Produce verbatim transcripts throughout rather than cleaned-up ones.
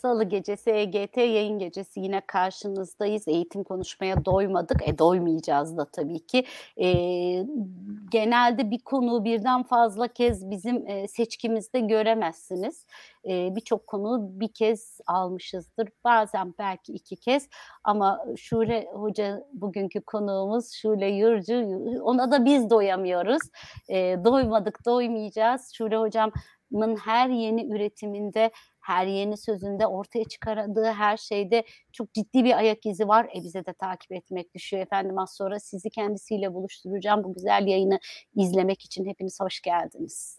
Salı gecesi E G T yayın gecesi yine karşınızdayız. Eğitim konuşmaya doymadık. E, doymayacağız da tabii ki. Eee, genelde bir konuğu birden fazla kez bizim, eee, seçkimizde göremezsiniz. Eee, birçok konuğu bir kez almışızdır. Bazen belki iki kez ama Şule Hoca bugünkü konuğumuz Şule Yurcu. Ona da biz doyamıyoruz. Eee, doymadık, doymayacağız. Şule Hocam'ın her yeni üretiminde, her yeni sözünde, ortaya çıkardığı her şeyde çok ciddi bir ayak izi var. E, bize de takip etmek düşüyor. Efendim az sonra sizi kendisiyle buluşturacağım. Bu güzel yayını izlemek için hepiniz hoş geldiniz.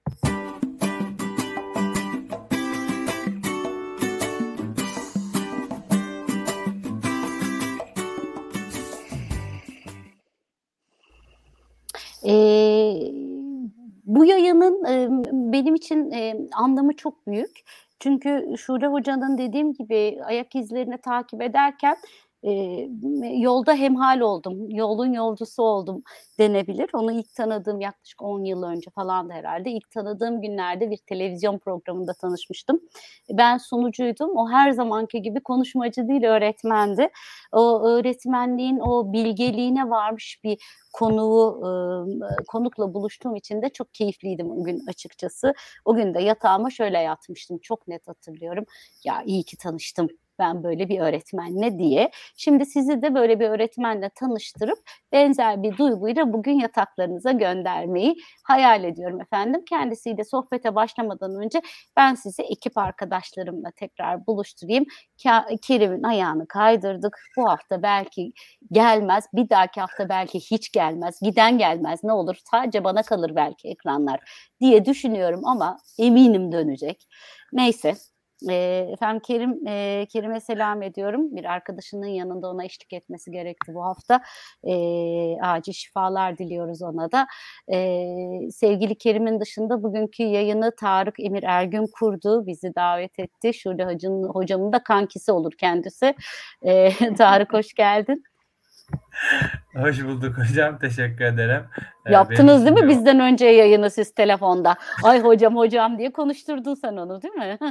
Eee, bu yayının, emm, benim için, eee, anlamı çok büyük. Çünkü Şule Hoca'nın dediğim gibi ayak izlerini takip ederken, eee, yolda hemhâl oldum, yolun yolcusu oldum denebilir. Onu ilk tanıdığım yaklaşık on yıl önce falandı herhâlde. İlk tanıdığım günlerde bir televizyon programında tanışmıştım. Ben sunucuydum. O her zamanki gibi konuşmacı değil, öğretmendi. O öğretmenliğin o bilgeliğine varmış bir konuğu, ımm, konukla buluştuğum için de çok keyifliydim o gün açıkçası. O gün de yatağıma şöyle yatmıştım, çok net hatırlıyorum. "Ya, iyi ki tanıştım ben böyle bir öğretmenle." diye. Şimdi sizi de böyle bir öğretmenle tanıştırıp benzer bir duyguyla bugün yataklarınıza göndermeyi hayal ediyorum efendim. Kendisiyle sohbete başlamadan önce ben sizi ekip arkadaşlarımla tekrar buluşturayım. Ka Kerim'in ayağını kaydırdık. Bu hafta belki gelmez, bir dahaki hafta belki hiç gelmez, giden gelmez, ne olur sadece bana kalır belki ekranlar diye düşünüyorum ama eminim dönecek. Neyse, eee, efendim Kerim, eee, Kerim'e selam ediyorum. Bir arkadaşının yanında ona eşlik etmesi gerekti bu hafta. Eee, acil şifalar diliyoruz ona da. Eee, sevgili Kerim'in dışında bugünkü yayını Tarık Emir Ergün kurdu, bizi davet etti. Şule Hacı'nın hocamın da kankisi olur kendisi. Eee, Tarık hoş geldin. Hoş bulduk hocam, teşekkür ederim. Eee, benim Yaptınız değil için mi de o bizden önce yayını siz telefonda? "Ay hocam, hocam." diye konuşturdun sen onu, değil mi?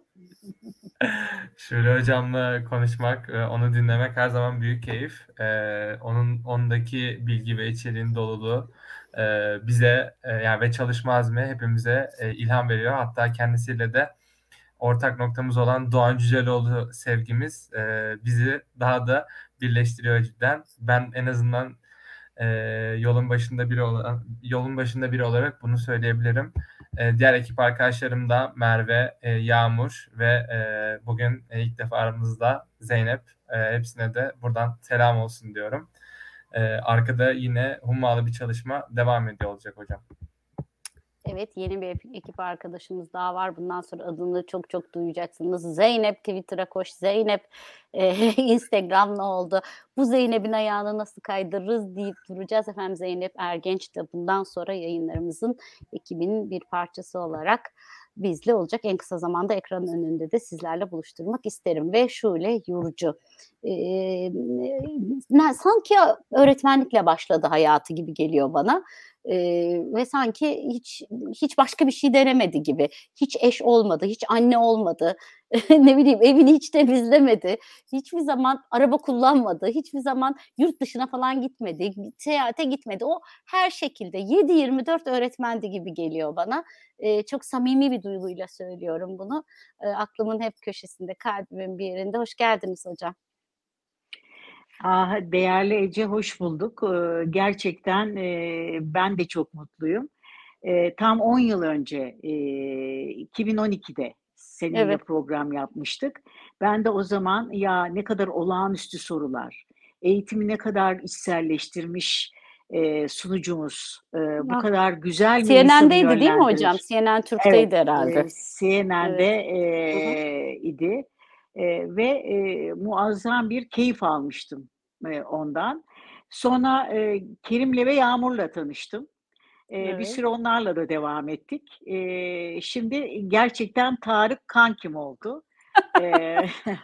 Şule hocamla konuşmak, eee, onu dinlemek her zaman büyük keyif. Eee, onun ondaki bilgi ve içeriğin doluluğu, eee, bize, eee, yani ve çalışma azmi hepimize, eee, ilham veriyor. Hatta kendisiyle de ortak noktamız olan Doğan Cüceloğlu sevgimiz, eee, bizi daha da birleştiriyor cidden. Ben en azından, eee, yolun başında biri olan yolun başında biri olarak bunu söyleyebilirim. Eee, diğer ekip arkadaşlarım da Merve, eee, Yağmur ve, eee, bugün, eee, ilk defa aramızda Zeynep. Eee, hepsine de buradan selam olsun diyorum. Eee, arkada yine hummalı bir çalışma devam ediyor olacak hocam. Evet, yeni bir ep ekip arkadaşımız daha var. Bundan sonra adını çok çok duyacaksınız. Zeynep Twitter'a koş, Zeynep, eee, Instagram ne oldu? Bu Zeynep'in ayağını nasıl kaydırırız deyip duracağız. Efendim Zeynep Ergenç de bundan sonra yayınlarımızın, ekibin bir parçası olarak bizle olacak. En kısa zamanda ekranın önünde de sizlerle buluşturmak isterim ve Şule Yurcu. Eee, ne sanki öğretmenlikle başladı hayatı gibi geliyor bana. Eee, ve sanki hiç hiç başka bir şey denemedi gibi. Hiç eş olmadı, hiç anne olmadı. Ne bileyim, evini hiç temizlemedi. Hiçbir zaman araba kullanmadı. Hiçbir zaman yurt dışına falan gitmedi. Seyahate gitmedi. O her şekilde yedi yirmi dört öğretmendi gibi geliyor bana. Eee, çok samimi bir duyguyla söylüyorum bunu. Eee, aklımın hep köşesinde, kalbimin bir yerinde. Hoş geldiniz hocam. Ah, değerli Ece, hoş bulduk. Eee, gerçekten, eee, ben de çok mutluyum. Eee, tam on yıl önce, eee, iki bin on ikide seninle Evet. program yapmıştık. Ben de o zaman, ya, ne kadar olağanüstü sorular, eğitimi ne kadar içselleştirmiş, eee, sunucumuz, eee, bu Ah, kadar güzel mi insanı C N N'deydi değil mi hocam? yönlendirir? C N N Evet, Türk'teydi herhâlde. eee, C N N'de, Evet. Hı hı. eee, idi, eee, ve, eee, muazzam bir keyif almıştım, eee, ondan. Sonra, eee, Kerim'le ve Yağmur'la tanıştım. Eee, bir Evet. süre onlarla da devam ettik. Eee, şimdi gerçekten Tarık kankim oldu. Eee,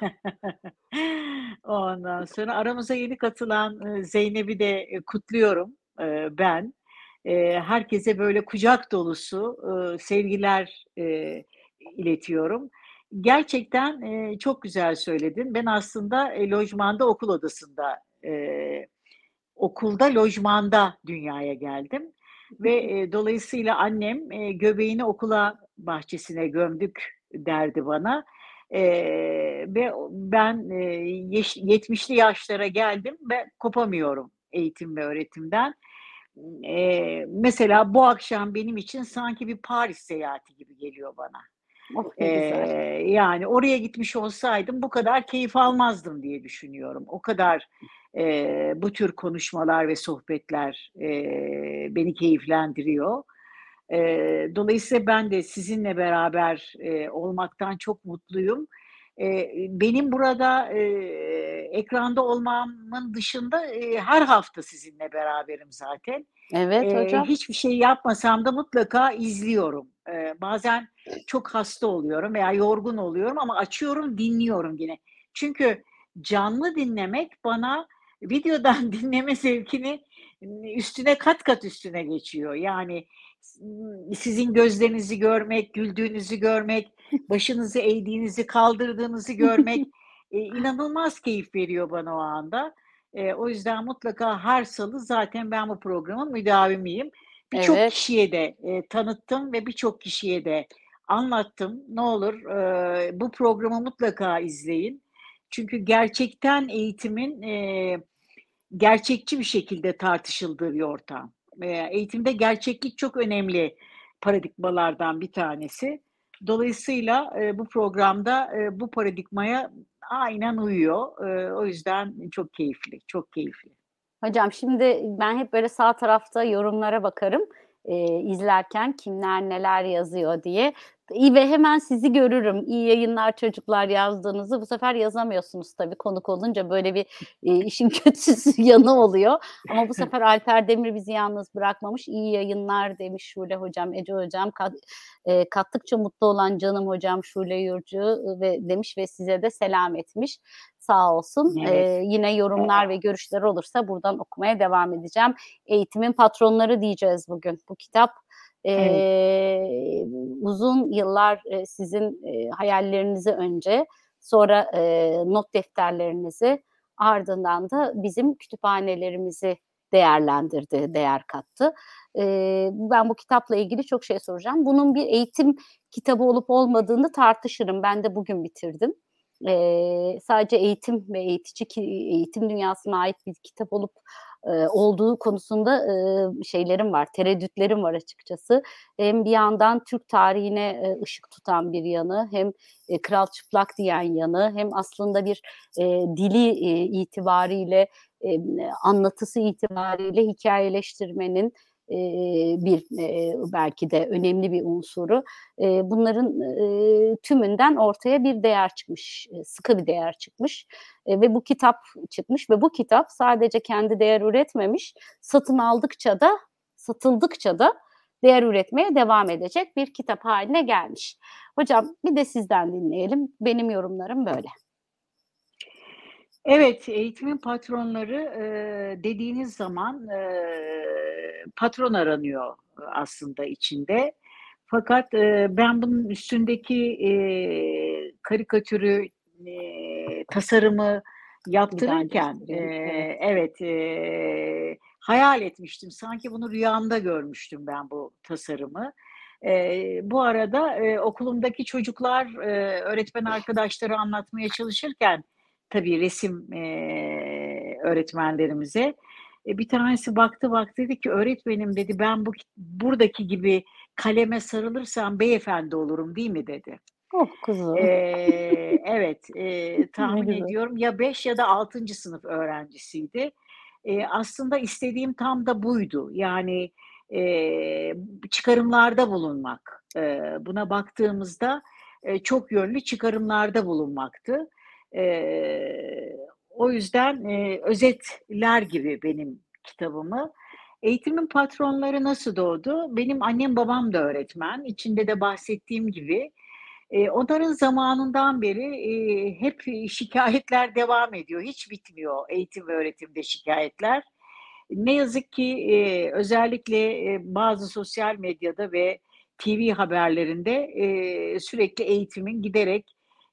ondan sonra aramıza yeni katılan, ııı, Zeynep'i de, eee, kutluyorum, eee, ben. Eee, herkese böyle kucak dolusu, ııı, sevgiler, eee, iletiyorum. Gerçekten, eee, çok güzel söyledin. Ben aslında, eee, lojmanda, okul odasında, eee, okulda, lojmanda dünyaya geldim ve, eee, dolayısıyla annem, eee, "Göbeğini okula bahçesine gömdük." derdi bana. Eee, ve o ben, eee, yeş yetmişli yaşlara geldim ve kopamıyorum eğitim ve öğretimden. Eee, mesela bu akşam benim için sanki bir Paris seyahati gibi geliyor bana. Oh, ne güzel. Eee, yani oraya gitmiş olsaydım bu kadar keyif almazdım diye düşünüyorum. O kadar, eee, bu tür konuşmalar ve sohbetler, eee, beni keyiflendiriyor. Eee, dolayısıyla ben de sizinle beraber, eee, olmaktan çok mutluyum. Eee, benim burada, eee, ekranda olmamın dışında, eee, her hafta sizinle beraberim zaten. Evet Eee, hocam. hiçbir şey yapmasam da mutlaka izliyorum. Eee, bazen çok hasta oluyorum veya yorgun oluyorum ama açıyorum, dinliyorum yine. Çünkü canlı dinlemek bana videodan dinleme zevkini üstüne kat kat üstüne geçiyor. Yani s sizin gözlerinizi görmek, güldüğünüzü görmek, başınızı eğdiğinizi, kaldırdığınızı görmek, eee, inanılmaz keyif veriyor bana o anda. Eee, o yüzden mutlaka her salı zaten ben bu programın müdavimiyim. Birçok Evet. kişiye de, eee, tanıttım ve birçok kişiye de anlattım. Ne olur, eee, bu programı mutlaka izleyin. Çünkü gerçekten eğitimin, eee, gerçekçi bir şekilde tartışıldığı bir ortam. Eee, eğitimde gerçeklik çok önemli paradigmalardan bir tanesi. Dolayısıyla, eee, bu programda, eee, bu paradigmaya aynen uyuyor. Eee, o yüzden çok keyifli, çok keyifli. Hocam şimdi ben hep böyle sağ tarafta yorumlara bakarım, eee, izlerken kimler neler yazıyor diye. İii, ve hemen sizi görürüm. "İyi yayınlar çocuklar." yazdığınızı. Bu sefer yazamıyorsunuz tabii konuk olunca. Böyle bir, eee, işin kötüsü yanı oluyor. Ama bu sefer Alper Demir bizi yalnız bırakmamış. "İyi yayınlar." demiş Şule hocam, Ece hocam. Kat eee, "Kattıkça mutlu olan canım hocam Şule Yurcu." ııı, ve demiş ve size de selam etmiş. Sağ olsun. Evet. Eee, yine yorumlar ve görüşler olursa buradan okumaya devam edeceğim. "Eğitimin patronları" diyeceğiz bugün. Bu kitap, Evet. eee, uzun yıllar, eee, sizin, eee, hayallerinizi önce, sonra, eee, not defterlerinizi, ardından da bizim kütüphanelerimizi değerlendirdi, değer kattı. Eee, ben bu kitapla ilgili çok şey soracağım. Bunun bir eğitim kitabı olup olmadığını tartışırım. Ben de bugün bitirdim. Eee, sadece eğitim ve eğitici ki eğitim dünyasına ait bir kitap olup, eee, olduğu konusunda, ııı, şeylerim var, tereddütlerim var açıkçası. Hem bir yandan Türk tarihine, eee, ışık tutan bir yanı hem, eee, kral çıplak diyen yanı hem aslında bir, eee, dili, eee, itibariyle, emm, anlatısı itibariyle hikâyeleştirmenin, eee, bir, eee, belki de önemli bir unsuru. Eee, bunların, eee, tümünden ortaya bir değer çıkmış, eee, sıkı bir değer çıkmış, eee, ve bu kitap çıkmış ve bu kitap sadece kendi değer üretmemiş, satın aldıkça da, satıldıkça da değer üretmeye devam edecek bir kitap hâline gelmiş. Hocam bir de sizden dinleyelim. Benim yorumlarım böyle. Evet, eğitimin patronları, eee, dediğiniz zaman, eee, patron aranıyor aslında içinde. Fakat, eee, ben bunun üstündeki, eee, karikatürü, eee, tasarımı Bir daha yaptırırken, göstereyim. Evet. eee, evet, eee, hayal etmiştim. Sanki bunu rüyamda görmüştüm ben bu tasarımı. Eee, bu arada, eee, okulumdaki çocuklar, eee, öğretmen arkadaşlara anlatmaya çalışırken tabii resim, eee, öğretmenlerimize, eee, bir tanesi baktı baktı dedi ki, "Öğretmenim" dedi, "ben bu kit buradaki gibi kaleme sarılırsam beyefendi olurum, değil mi?" dedi. Oh, kuzum. Eee, evet, eee, Ne tahmin güzel. ediyorum ya beş ya da altıncı sınıf öğrencisiydi. Eee, aslında istediğim tam da buydu. Yani, eee, çıkarımlarda bulunmak. Eee, buna baktığımızda, eee, çok yönlü çıkarımlarda bulunmaktı. Eee, o yüzden, eee, özetler gibi benim kitabımı. Eğitimin patronları nasıl doğdu? Benim annem babam da öğretmen. İçinde de bahsettiğim gibi. Eee, onların zamanından beri, eee, hep şikâyetler devam ediyor. Hiç bitmiyor eğitim ve öğretimde şikâyetler. Ne yazık ki, eee, özellikle, eee, bazı sosyal medyada ve T V haberlerinde, eee, sürekli eğitimin giderek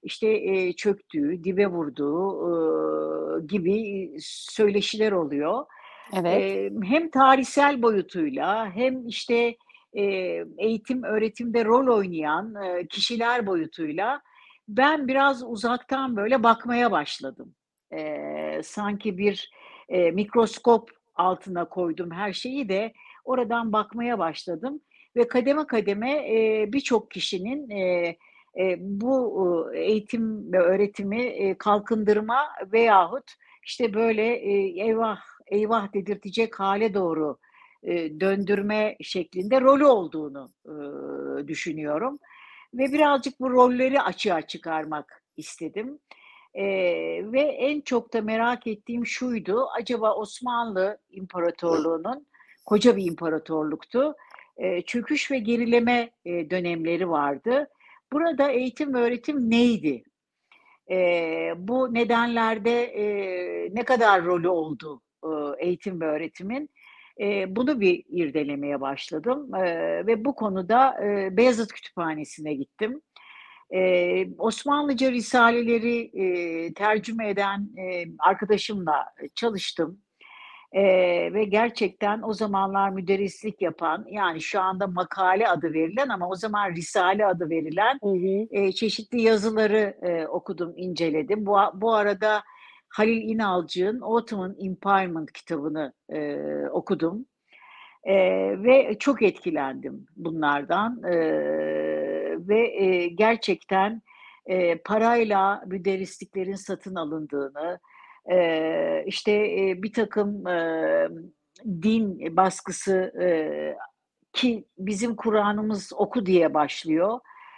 işte e, çöktüğü, dibe vurduğu e, gibi söyleşiler oluyor. Evet. E, hem tarihsel boyutuyla hem işte e, eğitim öğretimde rol oynayan e, kişiler boyutuyla ben biraz uzaktan böyle bakmaya başladım. E, sanki bir e, mikroskop altına koydum her şeyi de oradan bakmaya başladım ve kademe kademe e, birçok kişinin e, e, bu e, eğitim ve öğretimi e, kalkındırma veyahut işte böyle e, eyvah eyvah dedirtecek hale doğru e, döndürme şeklinde rolü olduğunu e, düşünüyorum ve birazcık bu rolleri açığa çıkarmak istedim. Eee, ve en çok da merak ettiğim şuydu, acaba Osmanlı İmparatorluğu'nun, koca bir imparatorluktu, eee, çöküş ve gerileme eee, dönemleri vardı. Burada eğitim ve öğretim neydi? Eee, bu nedenlerde eee, ne kadar rolü oldu eee, eğitim ve öğretimin? Eee, bunu bir irdelemeye başladım eee, ve bu konuda eee, Beyazıt Kütüphanesi'ne gittim. Eee, Osmanlıca risaleleri eee, tercüme eden eee, arkadaşımla çalıştım. Eee, ve gerçekten o zamanlar müderrislik yapan, yani şu anda makale adı verilen ama o zaman risale adı verilen Hı hı. eee, çeşitli yazıları eee, okudum, inceledim. Bu, bu arada Halil İnalcık'ın Ottoman Empire kitabını eee, okudum. Eee, ve çok etkilendim bunlardan, eee, ve eee, gerçekten eee, parayla müderrisliklerin satın alındığını, eee, işte, eee, birtakım, emm, din baskısı, eee, ki bizim Kur'an'ımız "Oku" diye başlıyor.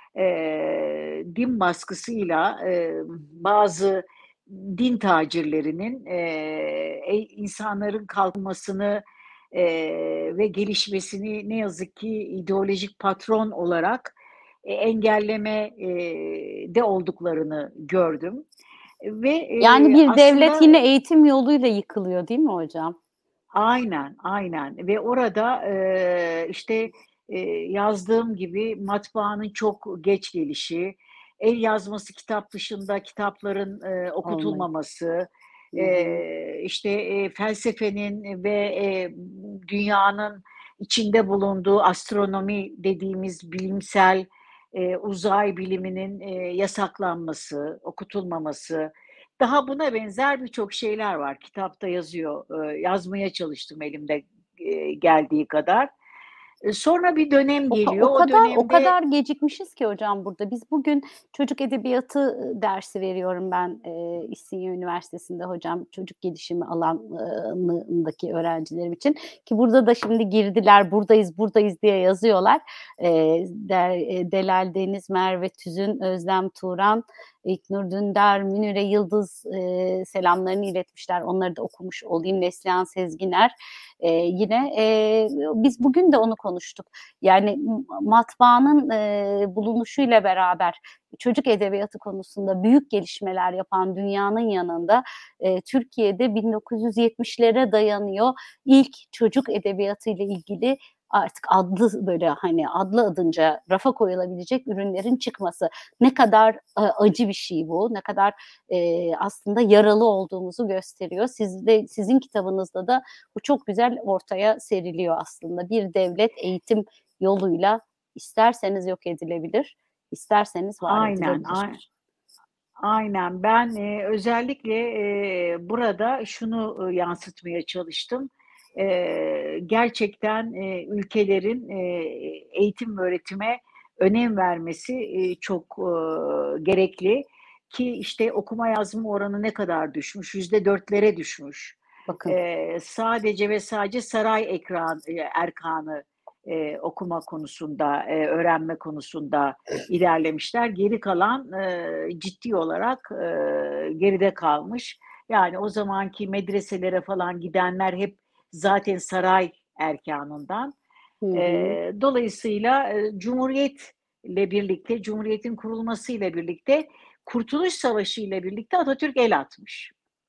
Eee, din baskısıyla, emm, bazı din tacirlerinin, eee, e insanların kalkınmasını, eee, ve gelişmesini ne yazık ki ideolojik patron olarak, eee, engelleme eee, de olduklarını gördüm ve, Yani eee, bir devlet aslında yine eğitim yoluyla yıkılıyor, değil mi hocam? Aynen, aynen ve orada, eee, işte, eee, yazdığım gibi matbaanın çok geç gelişi, el yazması kitap dışında kitapların, eee, Olmayı. okutulmaması, Hı hı. eee, işte, eee, felsefenin ve, eee, dünyanın içinde bulunduğu astronomi dediğimiz bilimsel, eee, uzay biliminin, eee, yasaklanması, okutulmaması, daha buna benzer birçok şeyler var. Kitapta yazıyor. Eee, yazmaya çalıştım elimde, eee, geldiği kadar. Eee, sonra bir dönem O ka geliyor. o O kadar o dönemde kadar gecikmişiz ki hocam burada. Biz bugün çocuk edebiyatı, ııı, dersi veriyorum ben, eee, İstinye Üniversitesi'nde hocam, çocuk gelişimi alanındaki öğrencilerim için ki burada da şimdi girdiler, buradayız, buradayız diye yazıyorlar. Eee, der eee, Delal Deniz, Merve Tüzün, Özlem Turan, İlknur Dündar, Münire Yıldız, eee, selamlarını iletmişler. Onları da okumuş olayım. Neslihan Sezginer. Eee, yine, eee, biz bugün de onu konuştuk. Yani m matbaanın, eee, bulunuşuyla beraber çocuk edebiyatı konusunda büyük gelişmeler yapan dünyanın yanında, eee, Türkiye'de bin dokuz yüz yetmişlere dayanıyor. İlk çocuk edebiyatıyla ilgili artık adlı böyle, hani, adlı adınca rafa koyulabilecek ürünlerin çıkması. Ne kadar, aaa, acı bir şey bu, ne kadar, eee, aslında yaralı olduğumuzu gösteriyor. Siz de sizin kitabınızda da bu çok güzel ortaya seriliyor aslında. Bir devlet eğitim yoluyla isterseniz yok edilebilir, isterseniz var Aynen, edilebilir. ay aynen. Ben, eee, özellikle, eee, burada şunu, ııı, yansıtmaya çalıştım. Eee, gerçekten, eee, ülkelerin, eee, eğitim ve öğretime önem vermesi, eee, çok, ııı, gerekli ki işte okuma yazma oranı ne kadar düşmüş? yüzde dörtlere düşmüş. Bakın. Eee, sadece ve sadece saray ekran eee, erkanı, eee, okuma konusunda, eee, öğrenme konusunda ilerlemişler. Geri kalan, eee, ciddi olarak, eee, geride kalmış. Yani o zamanki medreselere falan gidenler hep zaten saray erkânından. Hı hı. Eee, dolayısıyla, eee, Cumhuriyet'le birlikte, Cumhuriyet'in kurulmasıyla birlikte, Kurtuluş Savaşı ile birlikte Atatürk el atmış.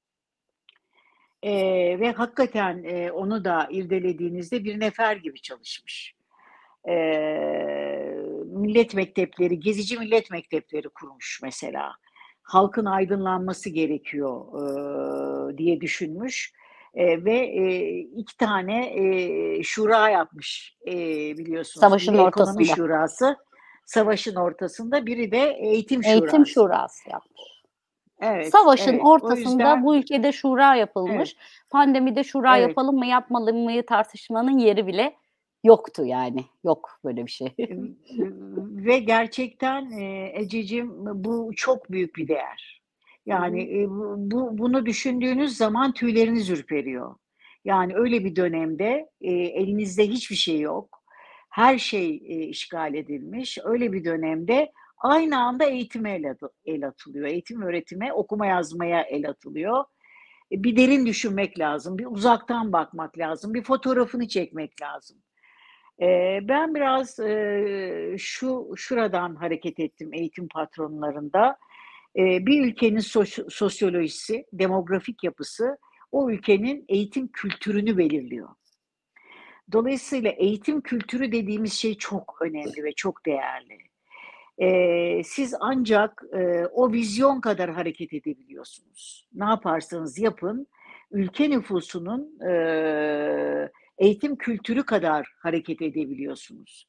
Eee, ve hakikaten, eee, onu da irdelediğinizde bir nefer gibi çalışmış. Eee, millet mektepleri, gezici millet mektepleri kurmuş mesela. halkın aydınlanması gerekiyor e, diye düşünmüş. E, ve e, iki tane e, şura yapmış e, biliyorsunuz. Savaşın Biri ekonomi ortasında. şurası, savaşın ortasında, biri de eğitim Eğitim şurası. şurası yapmış. Evet, Savaşın evet. O ortasında bu yüzden ülkede şura evet, yapılmış. Pandemide şura evet. yapalım mı yapmalı mıyı tartışmanın yeri bile yoktu yani. Yok böyle bir şey. Ve gerçekten e, Ececiğim, bu çok büyük bir değer. Hı Yani hı. e, bu, bu- bunu düşündüğünüz zaman tüyleriniz ürperiyor. Yani öyle bir dönemde e, elinizde hiçbir şey yok. Her şey e, işgal edilmiş. Öyle bir dönemde aynı anda eğitime el, atı- el atılıyor. Eğitim öğretime, okuma yazmaya el atılıyor. E, Bir derin düşünmek lazım, bir uzaktan bakmak lazım, bir fotoğrafını çekmek lazım. Eee, ben biraz, eee, şu şuradan hareket ettim eğitim patronlarında. Eee, bir ülkenin sosyo sosyolojisi, demografik yapısı o ülkenin eğitim kültürünü belirliyor. Dolayısıyla eğitim kültürü dediğimiz şey çok önemli ve çok değerli. Eee, siz ancak, eee, o vizyon kadar hareket edebiliyorsunuz. Ne yaparsanız yapın, ülke nüfusunun, eee, eğitim kültürü kadar hareket edebiliyorsunuz.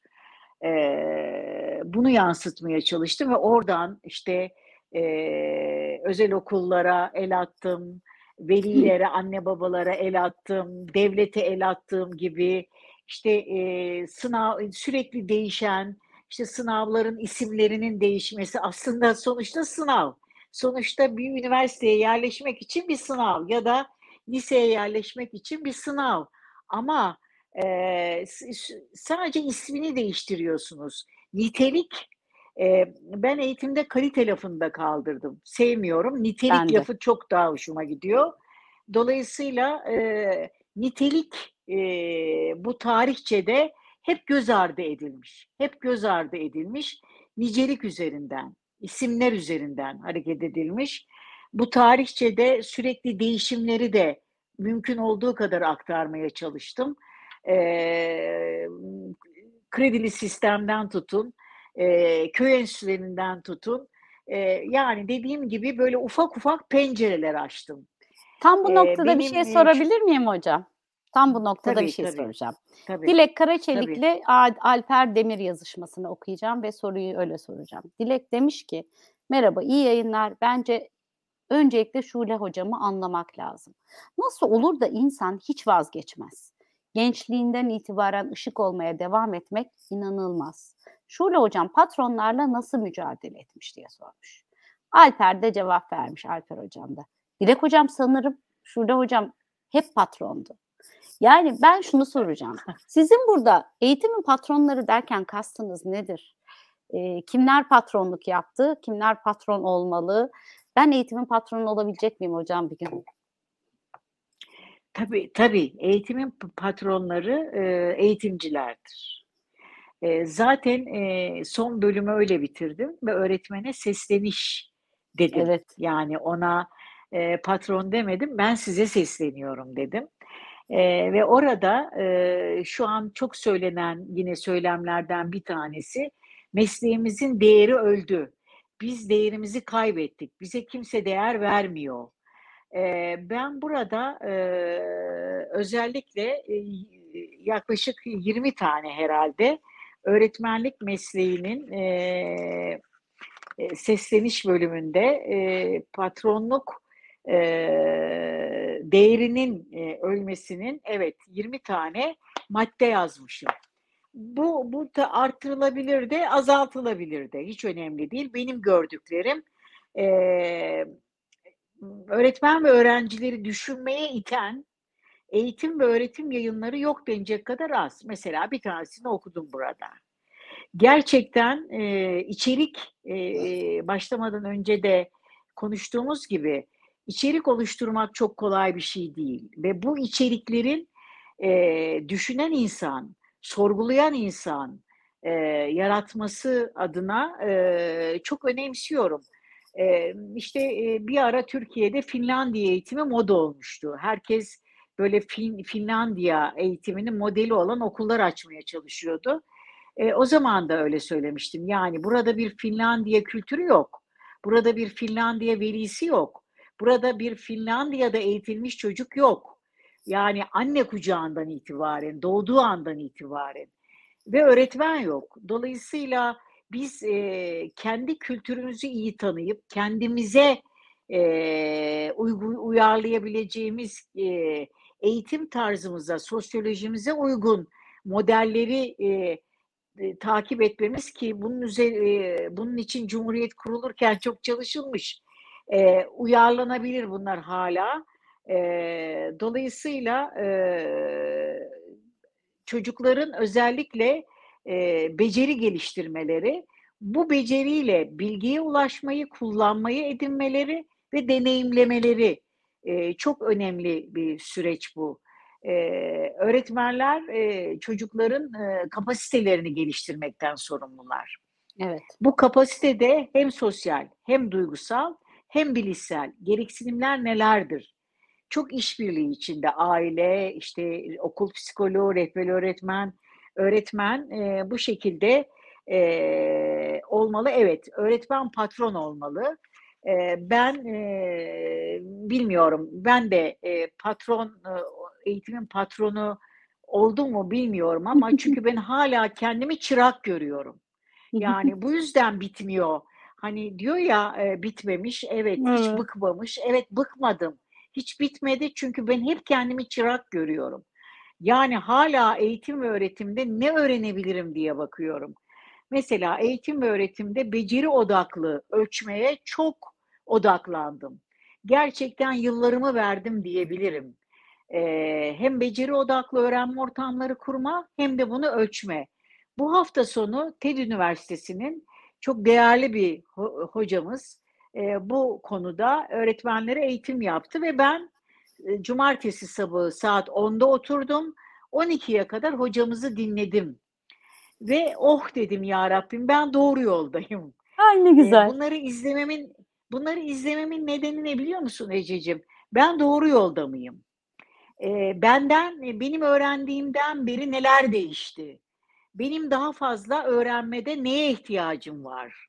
Eee, bunu yansıtmaya çalıştım ve oradan, işte, eee, özel okullara el attım, velilere, anne babalara el attım, devlete el attığım gibi, işte, eee, sınav sürekli değişen, işte, sınavların isimlerinin değişmesi aslında sonuçta sınav. Sonuçta bir üniversiteye yerleşmek için bir sınav ya da liseye yerleşmek için bir sınav ama, eee, s s sadece ismini değiştiriyorsunuz. Nitelik, eee, ben eğitimde kalite lafını da kaldırdım. Sevmiyorum. Nitelik Ben de. lafı çok daha hoşuma gidiyor. Dolayısıyla, eee, nitelik, eee, bu tarihçede hep göz ardı edilmiş. Hep göz ardı edilmiş. Nicelik üzerinden, isimler üzerinden hareket edilmiş. Bu tarihçede sürekli değişimleri de mümkün olduğu kadar aktarmaya çalıştım. Eee, kredili sistemden tutun, eee, köy enstitülerinden tutun. Eee, yani dediğim gibi böyle ufak ufak pencereler açtım. Tam bu Eee, noktada bir şey benim, eee, ç sorabilir miyim hocam? Tam bu noktada bir Tabii, şey tabii. soracağım. Tabii, Dilek tabii. Karaçelik'le Ad Alper Demir yazışmasını okuyacağım ve soruyu öyle soracağım. Dilek demiş ki, "Merhaba, iyi yayınlar. Bence öncelikle Şule hocamı anlamak lazım. Nasıl olur da insan hiç vazgeçmez? Gençliğinden itibaren ışık olmaya devam etmek inanılmaz. Şule hocam patronlarla nasıl mücadele etmiş?" diye sormuş. Alper de cevap vermiş, Alper hocam da. Dilek hocam sanırım Şule hocam hep patrondu. Yani ben şunu soracağım. Sizin burada eğitimin patronları derken kastınız nedir? Eee, kimler patronluk yaptı? Kimler patron olmalı? Ben eğitimin patronu olabilecek miyim hocam bir gün? Tabii, tabii. Eğitimin p patronları, eee, eğitimcilerdir. Eee, zaten, eee, son bölümü öyle bitirdim ve öğretmene sesleniş dedim. Evet, Yani ona, eee, patron demedim, "Ben size sesleniyorum." dedim. Eee, ve orada, eee, şu an çok söylenen yine söylemlerden bir tanesi, mesleğimizin değeri öldü. Biz değerimizi kaybettik. Bize kimse değer vermiyor. Eee, ben burada, eee, özellikle, eee, yaklaşık yirmi tane herhâlde öğretmenlik mesleğinin, eee, eee, sesleniş bölümünde, eee, patronluk, eee, değerinin, eee, ölmesinin evet yirmi tane madde yazmışım. Bu bu da artırılabilir de azaltılabilir de hiç önemli değil. Benim gördüklerim, eee öğretmen ve öğrencileri düşünmeye iten eğitim ve öğretim yayınları yok denecek kadar az. Mesela bir tanesini okudum burada. Gerçekten, eee, içerik, eee, başlamadan önce de konuştuğumuz gibi içerik oluşturmak çok kolay bir şey değil ve bu içeriklerin, eee, düşünen insan, sorgulayan insan, eee, yaratması adına, eee, çok önemsiyorum. Emm, işte, eee, bir ara Türkiye'de Finlandiya eğitimi moda olmuştu. Herkes böyle Fin Finlandiya eğitiminin modeli olan okullar açmaya çalışıyordu. Eee, o zaman da öyle söylemiştim. Yani burada bir Finlandiya kültürü yok. Burada bir Finlandiya velisi yok. Burada bir Finlandiya'da eğitilmiş çocuk yok. Yani anne kucağından itibaren, doğduğu andan itibaren ve öğretmen yok. Dolayısıyla biz e, kendi kültürümüzü iyi tanıyıp kendimize e, uygu, uyarlayabileceğimiz e, eğitim tarzımıza, sosyolojimize uygun modelleri e, e, takip etmemiz ki bunun üzeri, e, bunun için Cumhuriyet kurulurken çok çalışılmış. E, uyarlanabilir bunlar hala. E, dolayısıyla e, çocukların özellikle e, beceri geliştirmeleri, bu beceriyle bilgiye ulaşmayı, kullanmayı edinmeleri ve deneyimlemeleri e, çok önemli bir süreç bu. E, öğretmenler e, çocukların e, kapasitelerini geliştirmekten sorumlular. Evet. Bu kapasitede hem sosyal, hem duygusal, hem bilişsel gereksinimler nelerdir? Çok işbirliği içinde aile, işte okul psikoloğu, rehber öğretmen, öğretmen e, bu şekilde e, olmalı. Evet, öğretmen patron olmalı. E, ben e, bilmiyorum, ben de e, patron, e, eğitimin patronu oldum mu bilmiyorum ama çünkü ben hala kendimi çırak görüyorum. Yani bu yüzden bitmiyor. Hani diyor ya e, bitmemiş, evet hiç Evet. bıkmamış, evet bıkmadım. Hiç bitmedi çünkü ben hep kendimi çırak görüyorum. Yani hala eğitim ve öğretimde ne öğrenebilirim diye bakıyorum. Mesela eğitim ve öğretimde beceri odaklı ölçmeye çok odaklandım. Gerçekten yıllarımı verdim diyebilirim. Ee, hem beceri odaklı öğrenme ortamları kurma hem de bunu ölçme. Bu hafta sonu TED Üniversitesi'nin çok değerli bir ho- hocamız e, bu konuda öğretmenlere eğitim yaptı ve ben e, cumartesi sabahı saat onda oturdum. on ikiye kadar hocamızı dinledim. Ve oh dedim ya Rabbim ben doğru yoldayım. Ay ne E, güzel. bunları izlememin bunları izlememin nedeni ne biliyor musun Ececiğim? Ben doğru yolda mıyım? E, benden, e, benim öğrendiğimden beri neler değişti? Benim daha fazla öğrenmede neye ihtiyacım var?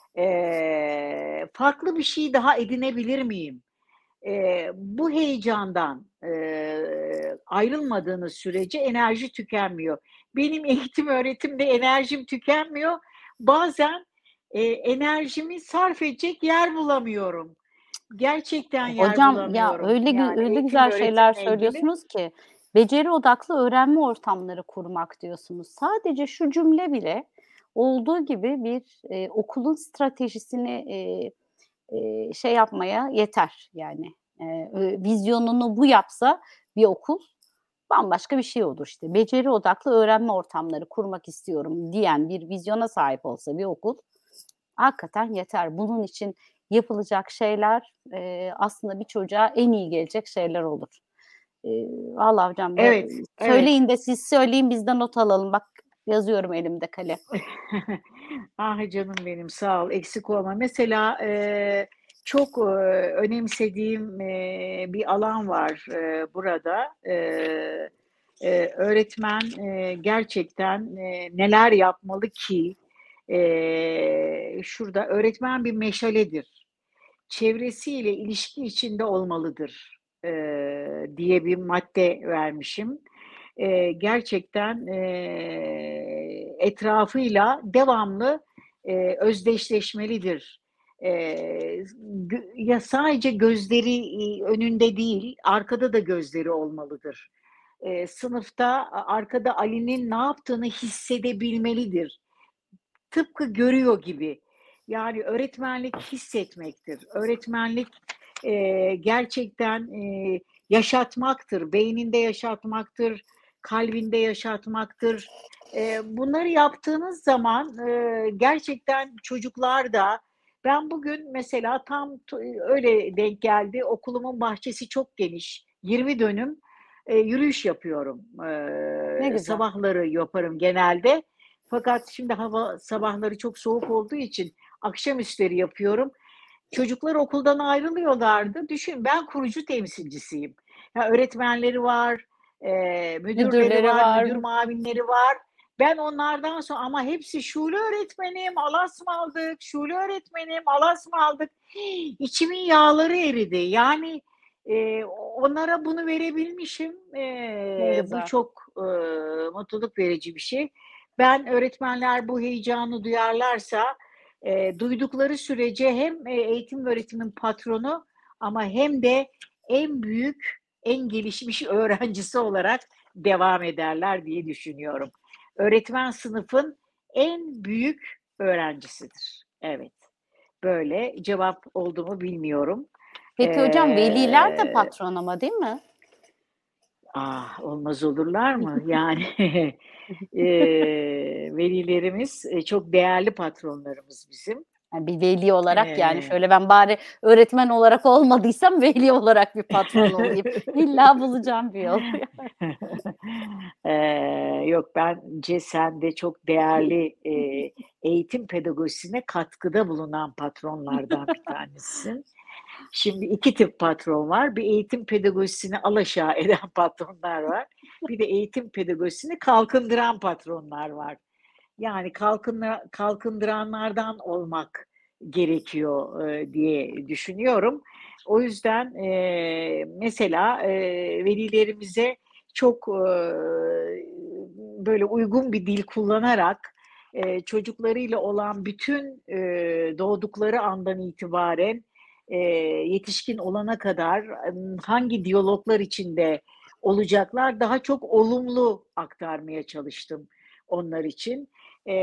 E, farklı bir şey daha edinebilir miyim? E, bu heyecandan e, ayrılmadığınız sürece enerji tükenmiyor. Benim eğitim öğretimde enerjim tükenmiyor. Bazen e, enerjimi sarf edecek yer bulamıyorum. Gerçekten yer Hocam ya bulamıyorum. öyle gü Yani öyle eğitim güzel ve şeyler öğretimle ilgili. söylüyorsunuz ki beceri odaklı öğrenme ortamları kurmak diyorsunuz. Sadece şu cümle bile olduğu gibi bir, eee, okulun stratejisini, eee, eee, şey yapmaya yeter yani. Eee, ö vizyonunu bu yapsa bir okul bambaşka bir şey olur işte. Beceri odaklı öğrenme ortamları kurmak istiyorum diyen bir vizyona sahip olsa bir okul hakikaten yeter. Bunun için yapılacak şeyler, eee, aslında bir çocuğa en iyi gelecek şeyler olur. Eee, vallahi hocam ya Evet, evet. söyleyin de siz söyleyin biz de not alalım. Bak yazıyorum elimde kalem. Ah canım benim sağ ol eksik olma. Mesela e, çok e, önemsediğim e, bir alan var e, burada. E, e, öğretmen e, gerçekten e, neler yapmalı ki e, şurada öğretmen bir meşaledir. Çevresiyle ilişki içinde olmalıdır e, diye bir madde vermişim. E, gerçekten e, etrafıyla devamlı e, özdeşleşmelidir. E, ya sadece gözleri e, önünde değil, arkada da gözleri olmalıdır. E, sınıfta arkada Ali'nin ne yaptığını hissedebilmelidir. Tıpkı görüyor gibi. Yani öğretmenlik hissetmektir. Öğretmenlik e, gerçekten e, yaşatmaktır. Beyninde yaşatmaktır, kalbinde yaşatmaktır. E, bunları yaptığınız zaman e, gerçekten çocuklar da ben bugün mesela tam öyle denk geldi. Okulumun bahçesi çok geniş. yirmi dönüm e, yürüyüş yapıyorum. Ne E, güzel. sabahları yaparım genelde. Fakat şimdi hava sabahları çok soğuk olduğu için akşamüstleri yapıyorum. Çocuklar okuldan ayrılıyorlardı. Düşün ben kurucu temsilcisiyim. Ya öğretmenleri var, e, müdürleri Müdürleri var, var. müdür muavinleri var. Ben onlardan sonra ama hepsi Şule öğretmenim, alasmaldık, Şule öğretmenim, alasmaldık. İçimin yağları eridi. Yani e, onlara bunu verebilmişim. Ne E, bu güzel. çok e, mutluluk verici bir şey. Ben öğretmenler bu heyecanı duyarlarsa e, duydukları sürece hem e, eğitim ve öğretimin patronu ama hem de en büyük, en gelişmiş öğrencisi olarak devam ederler diye düşünüyorum. Öğretmen sınıfın en büyük öğrencisidir. Evet. Böyle cevap oldu mu bilmiyorum. Peki hocam veliler de Ee, patron ama değil mi? ah, olmaz olurlar mı? Yani e, velilerimiz e, çok değerli patronlarımız bizim. Yani bir veli olarak yani Ee, şöyle ben bari öğretmen olarak olmadıysam veli olarak bir patron olayım. İlla bulacağım bir yol. Eee, yok bence sen de çok değerli eee, eğitim pedagojisine katkıda bulunan patronlardan bir tanesisin. Şimdi iki tip patron var. Bir eğitim pedagojisini alaşağı eden patronlar var. Bir de eğitim pedagojisini kalkındıran patronlar var. Yani kalkındıra, kalkındıranlardan olmak gerekiyor e, diye düşünüyorum. O yüzden e, mesela e, velilerimize çok e, böyle uygun bir dil kullanarak e, çocuklarıyla olan bütün e, doğdukları andan itibaren e, yetişkin olana kadar e, hangi diyaloglar içinde olacaklar daha çok olumlu aktarmaya çalıştım onlar için. E,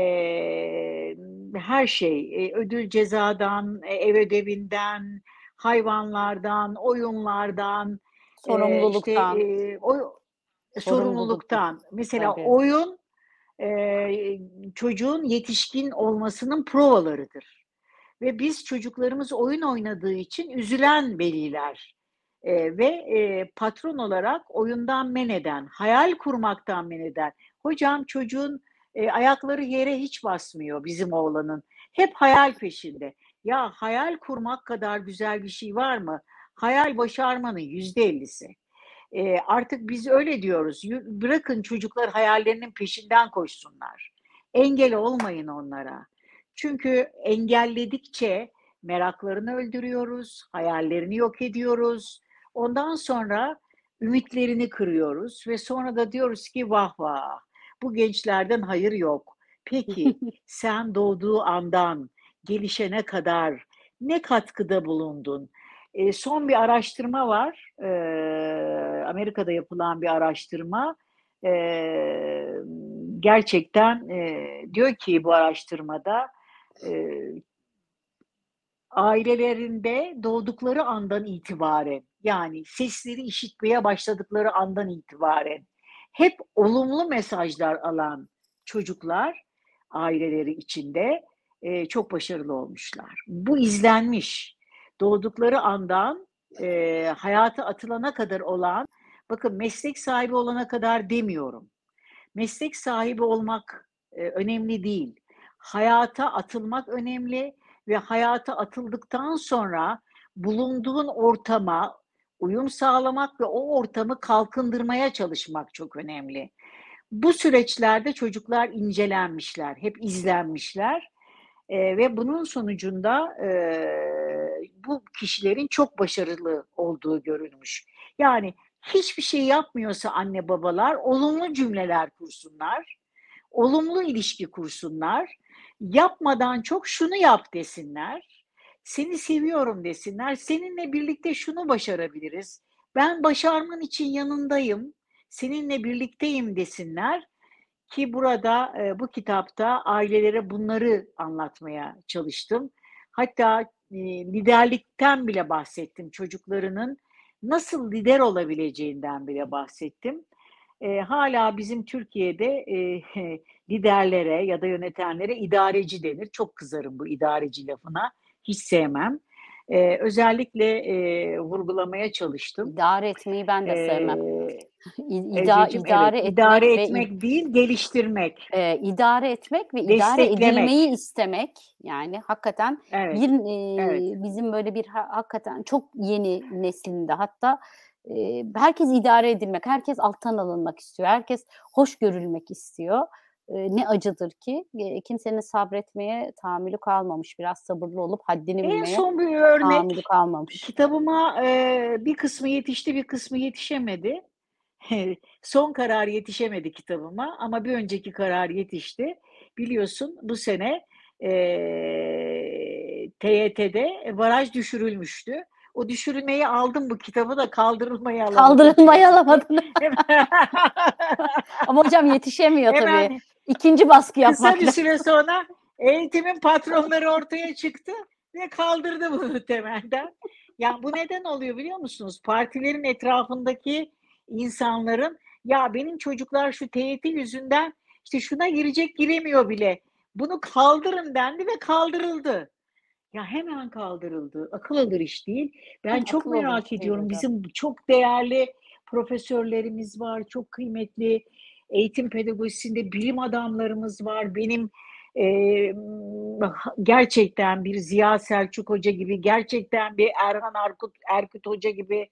her şey, e, ödül cezadan, e, ev ödevinden, hayvanlardan, oyunlardan, e, işte Sorumluluktan, e, o sorumluluktan sorumluluktan. Mesela tabii. oyun e, çocuğun yetişkin olmasının provalarıdır. Ve biz çocuklarımız oyun oynadığı için üzülen veliler e, ve e, patron olarak oyundan men eden, hayal kurmaktan men eden. Hocam çocuğun e, ayakları yere hiç basmıyor bizim oğlanın. Hep hayal peşinde. Ya hayal kurmak kadar güzel bir şey var mı? Hayal başarmanın yüzde ellisi. E, artık biz öyle diyoruz. Bırakın çocuklar hayallerinin peşinden koşsunlar. Engel olmayın onlara. Çünkü engelledikçe meraklarını öldürüyoruz, hayallerini yok ediyoruz. Ondan sonra ümitlerini kırıyoruz ve sonra da diyoruz ki vah vah bu gençlerden hayır yok. Peki sen doğduğu andan gelişene kadar ne katkıda bulundun? E, son bir araştırma var. E, Amerika'da yapılan bir araştırma. E, gerçekten e, diyor ki bu araştırmada e, ailelerinde doğdukları andan itibaren yani sesleri işitmeye başladıkları andan itibaren hep olumlu mesajlar alan çocuklar aileleri içinde e, çok başarılı olmuşlar. Bu izlenmiş. Doğdukları andan e, hayata atılana kadar olan, bakın meslek sahibi olana kadar demiyorum. Meslek sahibi olmak e, önemli değil. Hayata atılmak önemli ve hayata atıldıktan sonra bulunduğun ortama uyum sağlamak ve o ortamı kalkındırmaya çalışmak çok önemli. Bu süreçlerde çocuklar incelenmişler, hep izlenmişler e, ve bunun sonucunda e, bu kişilerin çok başarılı olduğu görülmüş. Yani hiçbir şey yapmıyorsa anne babalar olumlu cümleler kursunlar, olumlu ilişki kursunlar, yapmadan çok şunu yap desinler, seni seviyorum desinler, seninle birlikte şunu başarabiliriz, ben başarman için yanındayım, seninle birlikteyim desinler ki burada e, bu kitapta ailelere bunları anlatmaya çalıştım. Hatta e, liderlikten bile bahsettim. Çocuklarının nasıl lider olabileceğinden bile bahsettim. E, hala bizim Türkiye'de e, liderlere ya da yönetenlere idareci denir. Çok kızarım bu idareci lafına. Hiç sevmem. E, özellikle e, vurgulamaya çalıştım. İdare etmeyi ben de sevmem. E, İ ida Ececiğim evet, idare etmek idare ve id etmek değil, geliştirmek, eee, idare etmek ve idare edilmeyi desteklemek. istemek, yani hakikaten Evet, bir, evet. eee, bizim böyle bir ha hakikaten çok yeni neslinde hatta, eee, herkes idare edilmek, herkes alttan alınmak istiyor, herkes hoş görülmek istiyor. eee, ne acıdır ki, eee, kimsenin sabretmeye tahammülü kalmamış. Biraz sabırlı olup haddini En bilmeye son bir tahammülü örnek, kalmamış. kitabıma, eee, bir kısmı yetişti, bir kısmı yetişemedi. Son karar yetişemedi kitabıma ama bir önceki karar yetişti. Biliyorsun bu sene, eee, T Y T'de baraj düşürülmüştü. O düşürülmeyi aldım bu kitabı da kaldırılmayı alamadım ne Kaldırılmayı yazık ki. alamadın. Ama hocam yetişemiyor tabii. Hemen ikinci baskı kısa yapmak bir lazım. süre sonra eğitimin patronları ortaya çıktı ve kaldırdı bunu temelden. Ya, bu neden oluyor biliyor musunuz? Partilerin etrafındaki insanların, "Ya, benim çocuklar şu T Y T yüzünden, işte, şuna girecek, giremiyor bile. Bunu kaldırın." dendi ve kaldırıldı. Ya, hemen kaldırıldı. Akıl alır iş değil. Ben çok Akıl alır merak iş değil ediyorum. hocam. Bizim çok değerli profesörlerimiz var, çok kıymetli eğitim pedagojisinde bilim adamlarımız var. Benim, emm, ha gerçekten bir Ziya Selçuk Hoca gibi, gerçekten bir Erhan Arkut Erkut Hoca gibi,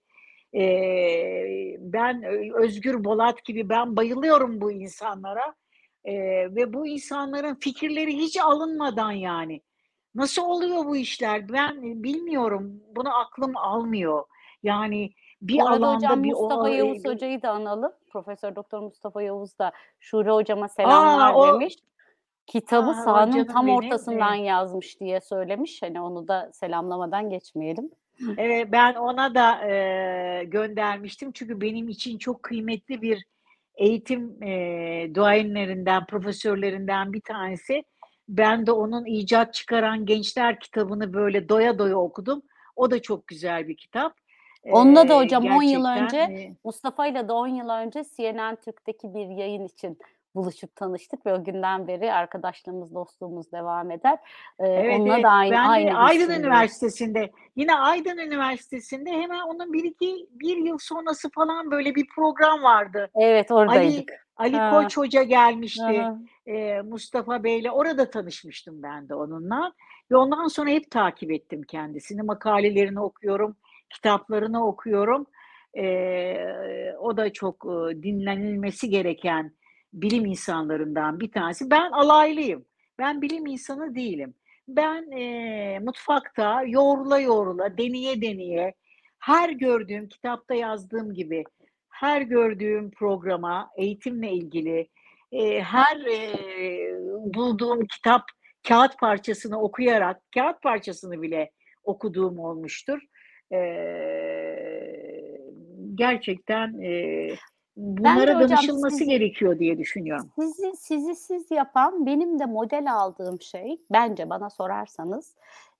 eee, ben Ö Özgür Bolat gibi ben bayılıyorum bu insanlara, eee, ve bu insanların fikirleri hiç alınmadan yani nasıl oluyor bu işler? Ben bilmiyorum. Bunu aklım almıyor. Yani bir Bu arada hocam alanda bir Mustafa o Yavuz eee, bir Hoca'yı da analım. Profesör Doktor Mustafa Yavuz da Şule hocama A! selamlar O demiş. Kitabı Ah, o sahanın canım tam benim. ortasından Eee, yazmış diye söylemiş. Hani onu da selamlamadan geçmeyelim. evet, ben ona da, eee, göndermiştim. Çünkü benim için çok kıymetli bir eğitim, eee, duayenlerinden, profesörlerinden bir tanesi. Ben de onun "İcat Çıkaran Gençler" kitabını böyle doya doya okudum. O da çok güzel bir kitap. Onunla da Eee, hocam on yıl gerçekten, önce, eee Mustafa'yla da on yıl önce C N N Türk'teki bir yayın için buluşup tanıştık ve o günden beri arkadaşlığımız, dostluğumuz devam eder. Eee, Evet, onunla da evet. aynı Ben de aynı Aydın hissindeyim. Üniversitesi'nde, yine Aydın Üniversitesi'nde hemen onun bir iki bir yıl sonrası falan böyle bir program vardı. Evet, Ali oradaydık. Ali Ha, Koç Hoca hı gelmişti, hı. eee, Mustafa Bey'le. Orada tanışmıştım ben de onunla ve ondan sonra hep takip ettim kendisini. Makalelerini okuyorum, kitaplarını okuyorum. Eee, o da çok, ııı, dinlenilmesi gereken bilim insanlarından bir tanesi. Ben alaylıyım. Ben bilim insanı değilim. Ben, eee, mutfakta yoğrula yoğrula, deneye deneye, her gördüğüm, kitapta yazdığım gibi, her gördüğüm programa, eğitimle ilgili, eee, her, eee, bulduğum kitap, kağıt parçasını okuyarak, kağıt parçasını bile okuduğum olmuştur. Eee, gerçekten, eee, Bence bunlara hocam danışılması sizi gerekiyor diye düşünüyorum. sizi sizi siz yapan, benim de model aldığım şey, bence bana sorarsanız,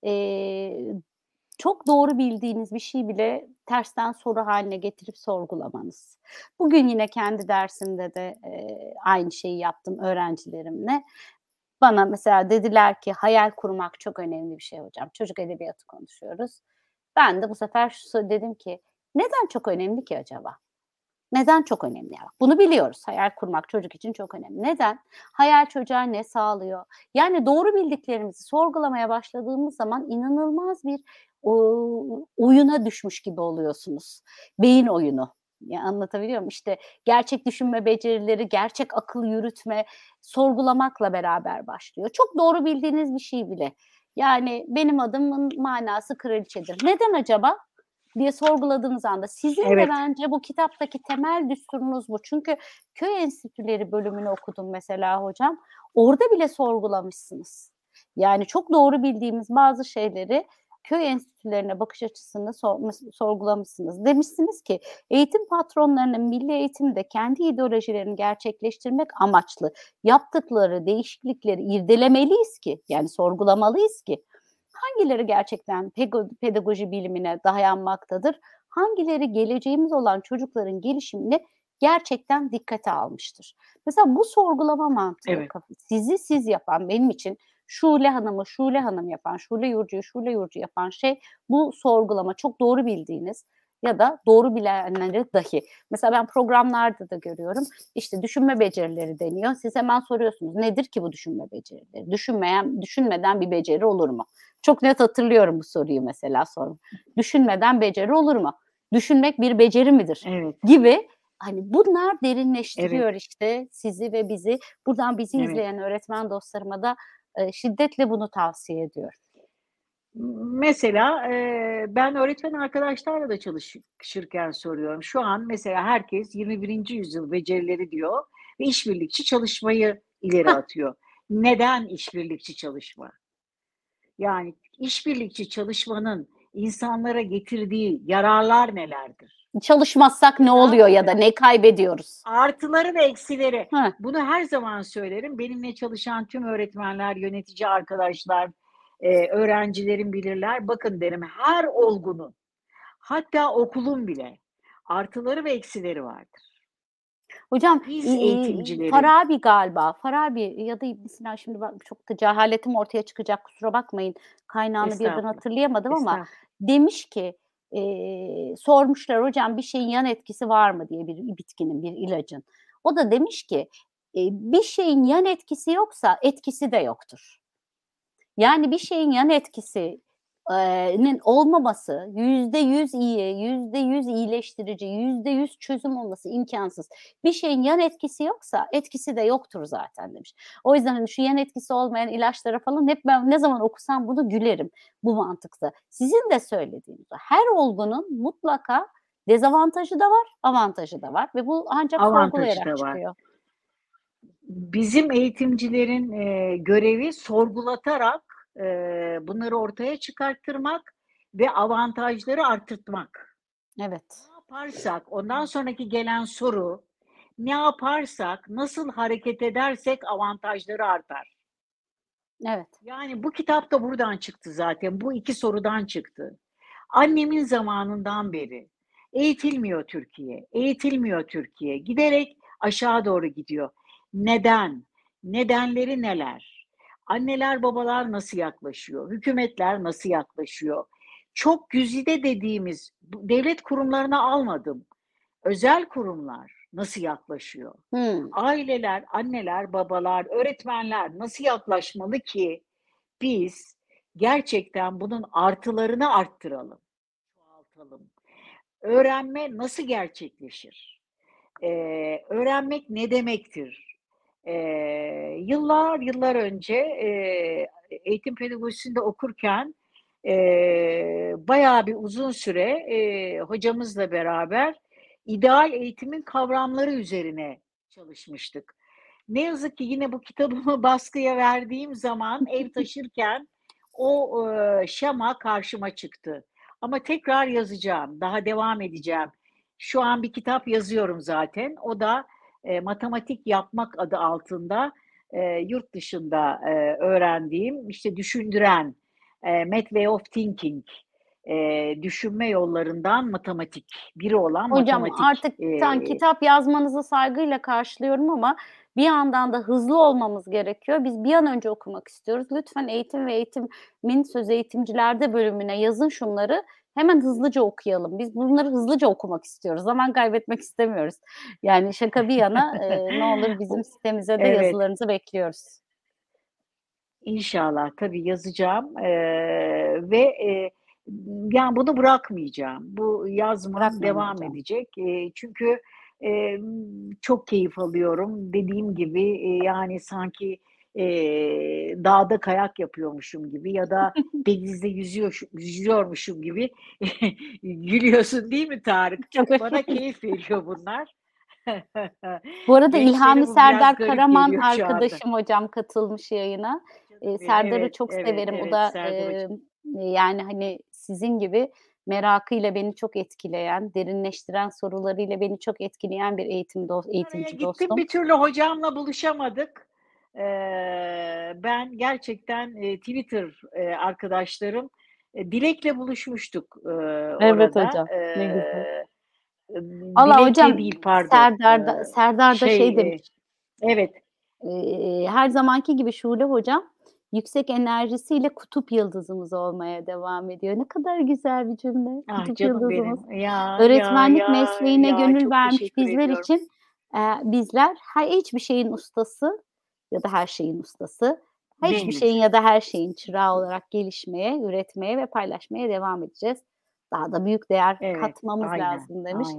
eee, çok doğru bildiğiniz bir şeyi bile tersten soru haline getirip sorgulamanız. Bugün yine kendi dersimde de, eee, aynı şeyi yaptım öğrencilerimle. Bana mesela dediler ki, "Hayal kurmak çok önemli bir şey hocam." Çocuk edebiyatı konuşuyoruz. Ben de bu sefer şu dedim ki, "Neden çok önemli ki acaba?" Neden çok önemli ya? Bunu biliyoruz. Hayal kurmak çocuk için çok önemli. Neden? Hayal çocuğa ne sağlıyor? Yani doğru bildiklerimizi sorgulamaya başladığımız zaman inanılmaz bir, ooo, oyuna düşmüş gibi oluyorsunuz. Beyin oyunu. Ya, anlatabiliyor muyum? İşte, gerçek düşünme becerileri, gerçek akıl yürütme, sorgulamakla beraber başlıyor. Çok doğru bildiğiniz bir şey bile. Yani, benim adımın manası kraliçedir. Neden acaba? Diye sorguladığınız anda sizin de Evet. bence bu kitaptaki temel düsturunuz bu. Çünkü köy enstitüleri bölümünü okudum mesela hocam. Orada bile sorgulamışsınız. Yani çok doğru bildiğimiz bazı şeyleri köy enstitülerine bakış açısını sormuş sorgulamışsınız. Demişsiniz ki eğitim patronlarının milli eğitimde kendi ideolojilerini gerçekleştirmek amaçlı yaptıkları değişiklikleri irdelemeliyiz ki, yani sorgulamalıyız ki hangileri gerçekten pego pedagoji bilimine dayanmaktadır? Hangileri geleceğimiz olan çocukların gelişimini gerçekten dikkate almıştır? Mesela bu sorgulama mantığı Evet. kaf sizi siz yapan, benim için Şule Hanım'ı Şule Hanım yapan, Şule Yurcu'yu Şule Yurcu yapan şey bu sorgulama. Çok doğru bildiğiniz ya da doğru bilenleri dahi. Mesela ben programlarda da görüyorum, işte düşünme becerileri deniyor. Siz hemen soruyorsunuz, nedir ki bu düşünme becerileri? Düşünmeyen düşünmeden bir beceri olur mu? Çok net hatırlıyorum bu soruyu mesela sorm Düşünmeden beceri olur mu? Düşünmek bir beceri midir? Evet. Gibi hani bunlar Evet. derinleştiriyor işte sizi ve bizi. Buradan bizi Evet. izleyen öğretmen dostlarıma da, eee, şiddetle bunu tavsiye ediyorum. Mesela, eee, ben öğretmen arkadaşlarla da çalışırken soruyorum. Şu an mesela herkes yirmi birinci yüzyıl becerileri diyor ve işbirlikçi çalışmayı ileri Hah. atıyor. Neden işbirlikçi çalışma? Yani işbirlikçi çalışmanın insanlara getirdiği yararlar nelerdir? Çalışmazsak Ya ne da, oluyor ya da eee, ne kaybediyoruz? artıları ve eksileri. Heh. Bunu her zaman söylerim. Benimle çalışan tüm öğretmenler, yönetici arkadaşlar, eee, öğrencilerim bilirler. Bakın derim, her olgunun, hatta okulun bile artıları ve eksileri vardır. Hocam, Biz iii, eğitimcilerin Farabi galiba, Farabi ya da İbn Sina, şimdi bak çok da cehaletim ortaya çıkacak, kusura bakmayın. Kaynağını birden Estağfurullah, hatırlayamadım ama estağfurullah. demiş ki, eee, sormuşlar, "Hocam bir şeyin yan etkisi var mı?" diye bir bitkinin, bir ilacın. O da demiş ki, eee, "Bir şeyin yan etkisi yoksa etkisi de yoktur." Yani bir şeyin yan etkisi eee, nin olmaması, yüzde yüz iyi, yüzde yüz iyileştirici, yüzde yüz çözüm olması imkânsız. Bir şeyin yan etkisi yoksa etkisi de yoktur zaten demiş. O yüzden, hani, şu yan etkisi olmayan ilaçlara falan hep ben ne zaman okusam bunu gülerim bu mantıkta. Sizin de söylediğiniz o. Her olgunun mutlaka dezavantajı da var, avantajı da var ve bu ancak Avantajı sorgulayarak da var. çıkıyor. Bizim eğitimcilerin, eee, görevi sorgulatarak, eee, bunları ortaya çıkarttırmak ve avantajları arttırtmak. Evet. Ne yaparsak, ondan sonraki gelen soru, ne yaparsak, nasıl hareket edersek avantajları artar. Evet. Yani bu kitap da buradan çıktı zaten. Bu iki sorudan çıktı. Annemin zamanından beri eğitilmiyor Türkiye, eğitilmiyor Türkiye. Giderek aşağı doğru gidiyor. Neden? Nedenleri neler? Anneler, babalar nasıl yaklaşıyor? Hükümetler nasıl yaklaşıyor? Çok güzide dediğimiz devlet kurumlarına almadım. Özel kurumlar nasıl yaklaşıyor? Hımm. Aileler, anneler, babalar, öğretmenler nasıl yaklaşmalı ki biz gerçekten bunun artılarını arttıralım, çoğaltalım. Öğrenme nasıl gerçekleşir? Eee, öğrenmek ne demektir? Eee, yıllar yıllar önce, eee, eğitim pedagojisinde okurken, eee, bayağı bir uzun süre, eee, hocamızla beraber ideal eğitimin kavramları üzerine çalışmıştık. Ne yazık ki yine bu kitabımı baskıya verdiğim zaman ev taşırken o, eee, şema karşıma çıktı. Ama tekrar yazacağım, daha devam edeceğim. Şu an bir kitap yazıyorum zaten. O da, eee, matematik yapmak adı altında, eee, yurt dışında, eee, öğrendiğim, işte, düşündüren, eee, Mad Way of Thinking, eee, düşünme yollarından matematik, biri olan Hocam matematik. artık sen Eee kitap yazmanızı saygıyla karşılıyorum ama bir yandan da hızlı olmamız gerekiyor. Biz bir an önce okumak istiyoruz. Lütfen eğitim ve eğitimin söz eğitimcilerde bölümüne yazın şunları. Hemen hızlıca okuyalım. Biz bunları hızlıca okumak istiyoruz. Zaman kaybetmek istemiyoruz. Yani şaka bir yana, eee, ne olur bizim O sitemize de Evet. yazılarınızı bekliyoruz. İnşallah, tabii yazacağım, eee, ve, eee, yani, bunu bırakmayacağım. Bu yazmam Bırakmayın devam hocam. edecek. Eee, çünkü, emm, çok keyif alıyorum. Dediğim gibi, eee, yani, sanki, eee, dağda kayak yapıyormuşum gibi ya da denizde yüzüyoşu yüzüyormuşum gibi gülüyorsun değil mi Tarık? Çok Bana keyif veriyor bunlar. Bu arada Gençlere İlhami bu biraz Serdar garip Karaman geliyor şu anda. arkadaşım hocam katılmış yayına. Canım Eee, benim. Serdar'ı Evet, çok evet, severim. O evet. da, Serdar Hoca. emm, yani, hani, sizin gibi merakıyla beni çok etkileyen, derinleştiren sorularıyla beni çok etkileyen bir eğitim do Bir araya eğitimci gittim, dostum. bir türlü hocamla buluşamadık. Eee, ben gerçekten, eee, Twitter, eee, arkadaşlarım, eee, Dilek'le buluşmuştuk, eee, Evet orada. hocam, ne güzel. Eee, ımm, Valla Dilek'le hocam değil, pardon. Serdar da Eee, Serdar da şey, şey eee demiş, Evet. eee, her zamanki gibi Şule hocam yüksek enerjisiyle kutup yıldızımız olmaya devam ediyor. Ne kadar güzel bir cümle, Ah, kutup canım yıldızımız. benim. Ya, ya, Öğretmenlik ya, mesleğine ya, gönül çok vermiş teşekkür bizler ediyorum. için, eee, bizler her hiçbir şeyin ustası ya da her şeyin ustası, hiçbir şeyin Değiliz. ya da her şeyin çırağı olarak gelişmeye, üretmeye ve paylaşmaya devam edeceğiz. Daha da büyük değer Evet, katmamız aynen, lazım demiş. aynen.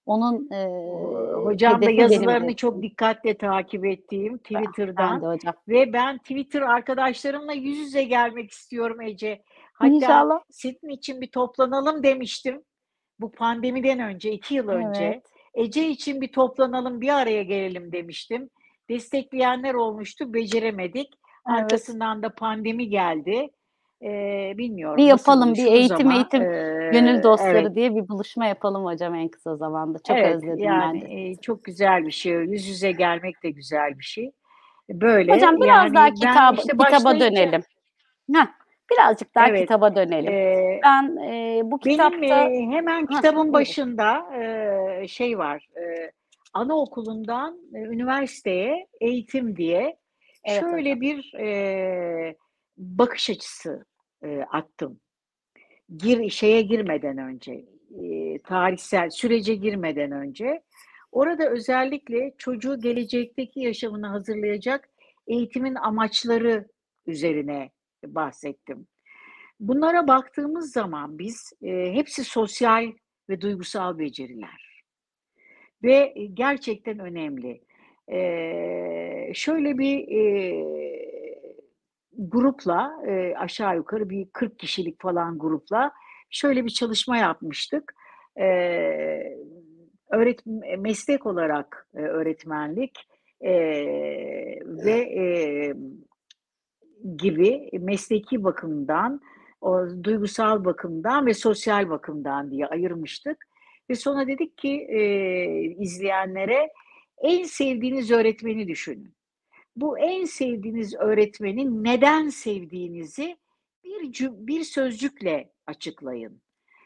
Onun, Eee, eee, hocam da hedefi benim yazılarını çok hedefim. dikkatle takip ettiğim Ben ben de Twitter'dan hocam. ve ben Twitter arkadaşlarımla yüz yüze gelmek istiyorum Ece. Hatta İnşallah. senin için bir toplanalım demiştim. Bu pandemiden önce, iki yıl Evet. önce. Ece için bir toplanalım, bir araya gelelim demiştim. Destekleyenler olmuştu, beceremedik. Evet. Arkasından da pandemi geldi. Eee, Bir bilmiyorum nasıl yapalım, bir buluşuruz eğitim ama, eğitim gönül eee, evet. dostları diye bir buluşma yapalım hocam en kısa zamanda. Çok Evet, özledim ben yani, de eee, sizi. çok güzel bir şey. Yüz yüze gelmek de güzel bir şey. Böyle, Hocam biraz daha yani, ben kitaba işte kitaba başlayınca dönelim. Heh, birazcık daha Evet, kitaba dönelim. eee, Ben, eee, bu benim, kitapta eee, hemen Hah, kitabın buyurun. başında, eee, şey var, eee, anaokulundan, eee, üniversiteye eğitim diye Evet hocam. şöyle bir, eee, bakış açısı, eee, attım. Gir şeye girmeden önce, eee, tarihsel sürece girmeden önce. Orada özellikle çocuğu gelecekteki yaşamına hazırlayacak eğitimin amaçları üzerine bahsettim. Bunlara baktığımız zaman biz, eee, hepsi sosyal ve duygusal beceriler ve, eee, gerçekten önemli. Eee, şöyle bir, eee, grupla, eee, aşağı yukarı bir kırk kişilik falan grupla şöyle bir çalışma yapmıştık. Eee, öğret meslek olarak, eee, öğretmenlik, eee, ve, emm, gibi mesleki bakımdan, o duygusal bakımdan ve sosyal bakımdan diye ayırmıştık ve sonra dedik ki, eee, izleyenlere, en sevdiğiniz öğretmeni düşünün. Bu en sevdiğiniz öğretmeni neden sevdiğinizi bir cüm bir sözcükle açıklayın.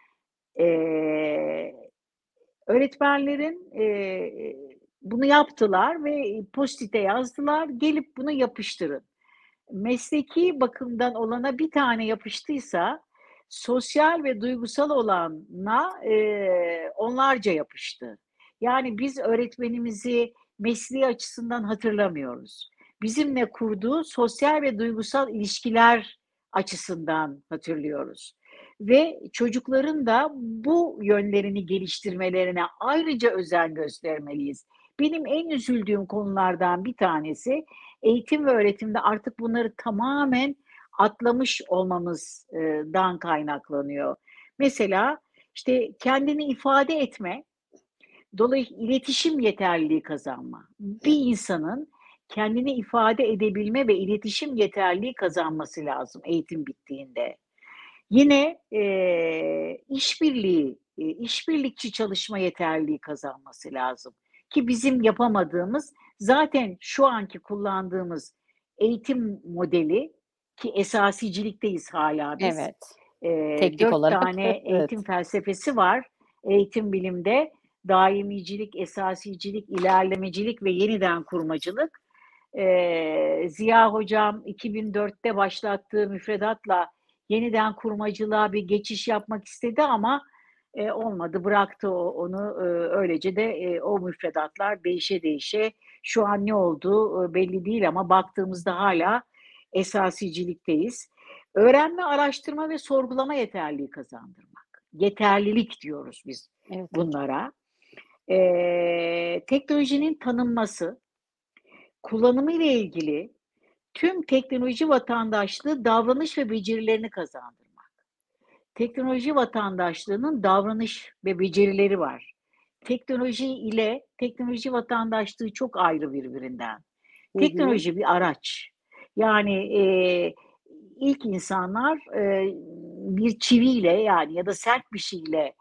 Eee, öğretmenlerin, eee, bunu yaptılar ve Post-it'e yazdılar, gelip bunu yapıştırın. Mesleki bakımdan olana bir tane yapıştıysa, sosyal ve duygusal olana, eee, onlarca yapıştı. Yani biz öğretmenimizi mesleği açısından hatırlamıyoruz. Bizimle kurduğu sosyal ve duygusal ilişkiler açısından hatırlıyoruz ve çocukların da bu yönlerini geliştirmelerine ayrıca özen göstermeliyiz. Benim en üzüldüğüm konulardan bir tanesi, eğitim ve öğretimde artık bunları tamamen atlamış olmamız dan kaynaklanıyor. Mesela, işte, kendini ifade etme, dolay iletişim yeterliliği kazanma. Bir insanın kendini ifade edebilme ve iletişim yeterliliği kazanması lazım eğitim bittiğinde. Yine, eee, işbirliği, eee, işbirlikçi çalışma yeterliliği kazanması lazım ki bizim yapamadığımız, zaten şu anki kullandığımız eğitim modeli ki esasicilikteyiz hâlâ biz. Evet, Eee, teknik dört olarak tane eğitim evet. felsefesi var eğitim bilimde. Daimicilik, esasicilik, ilerlemecilik ve yeniden kurmacılık. Eee, Ziya Hocam iki bin dörtte başlattığı müfredatla yeniden kurmacılığa bir geçiş yapmak istedi ama, eee, olmadı, bıraktı o onu. Eee, öylece de, eee, o müfredatlar değişe değişe şu an ne olduğu, ııı, belli değil ama baktığımızda hâlâ esasicilikteyiz. Öğrenme, araştırma ve sorgulama yeterliliği kazandırmak. Yeterlilik diyoruz biz Evet hocam. bunlara. Eee, teknolojinin tanınması, kullanımıyla ilgili tüm teknoloji vatandaşlığı davranış ve becerilerini kazandırmak. Teknoloji vatandaşlığının davranış ve becerileri var. Teknoloji ile teknoloji vatandaşlığı çok ayrı birbirinden. Hı hı. Teknoloji bir araç. Yani, eee, ilk insanlar, eee, bir çiviyle, yani, ya da sert bir şeyle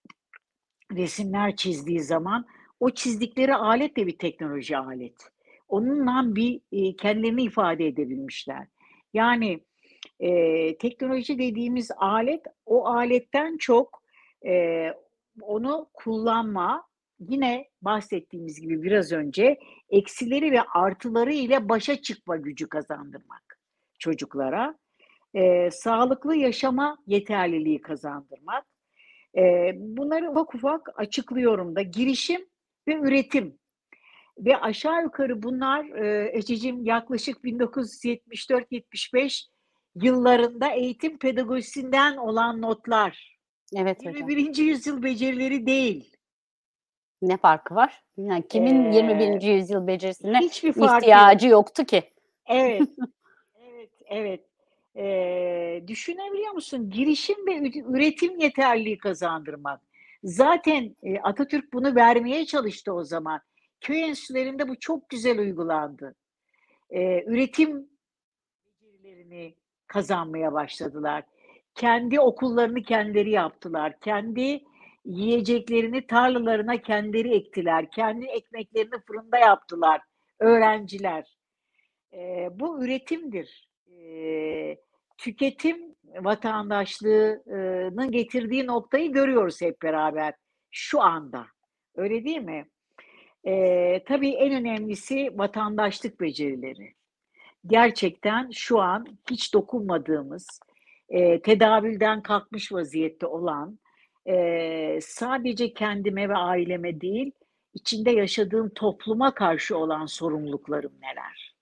resimler çizdiği zaman o çizdikleri alet de bir teknoloji alet. Onunla bir, iii, kendilerini ifade edebilmişler. Yani, eee, teknoloji dediğimiz alet, o aletten çok, eee, onu kullanma, yine bahsettiğimiz gibi biraz önce, eksileri ve artıları ile başa çıkma gücü kazandırmak çocuklara. Eee, sağlıklı yaşama yeterliliği kazandırmak. Eee, bunları ufak ufak açıklıyorum da. Girişim ve üretim ve aşağı yukarı bunlar, eee, Ececiğim yaklaşık bin dokuz yüz yetmiş dört yetmiş beş yıllarında eğitim pedagojisinden olan notlar. Evet yirmi hocam. birinci yüzyıl becerileri değil. Ne farkı var? Yani kimin yirmi birinci Eee, yüzyıl becerisine hiçbir farkı yok. ihtiyacı yoktu ki? Evet, evet, evet. Eee, düşünebiliyor musun? Girişim ve üd üretim yeterliliği kazandırmak. Zaten, eee, Atatürk bunu vermeye çalıştı o zaman. Köy enstitülerinde bu çok güzel uygulandı. Eee, üretim becerilerini kazanmaya başladılar. Kendi okullarını kendileri yaptılar. Kendi yiyeceklerini tarlalarına kendileri ektiler. Kendi ekmeklerini fırında yaptılar öğrenciler. Eee, bu üretimdir. Eee, tüketim vatandaşlığının getirdiği noktayı görüyoruz hep beraber şu anda. Öyle değil mi? Eee, tabii en önemlisi vatandaşlık becerileri. Gerçekten şu an hiç dokunmadığımız, eee, tedavülden kalkmış vaziyette olan, eee, sadece kendime ve aileme değil, içinde yaşadığım topluma karşı olan sorumluluklarım neler?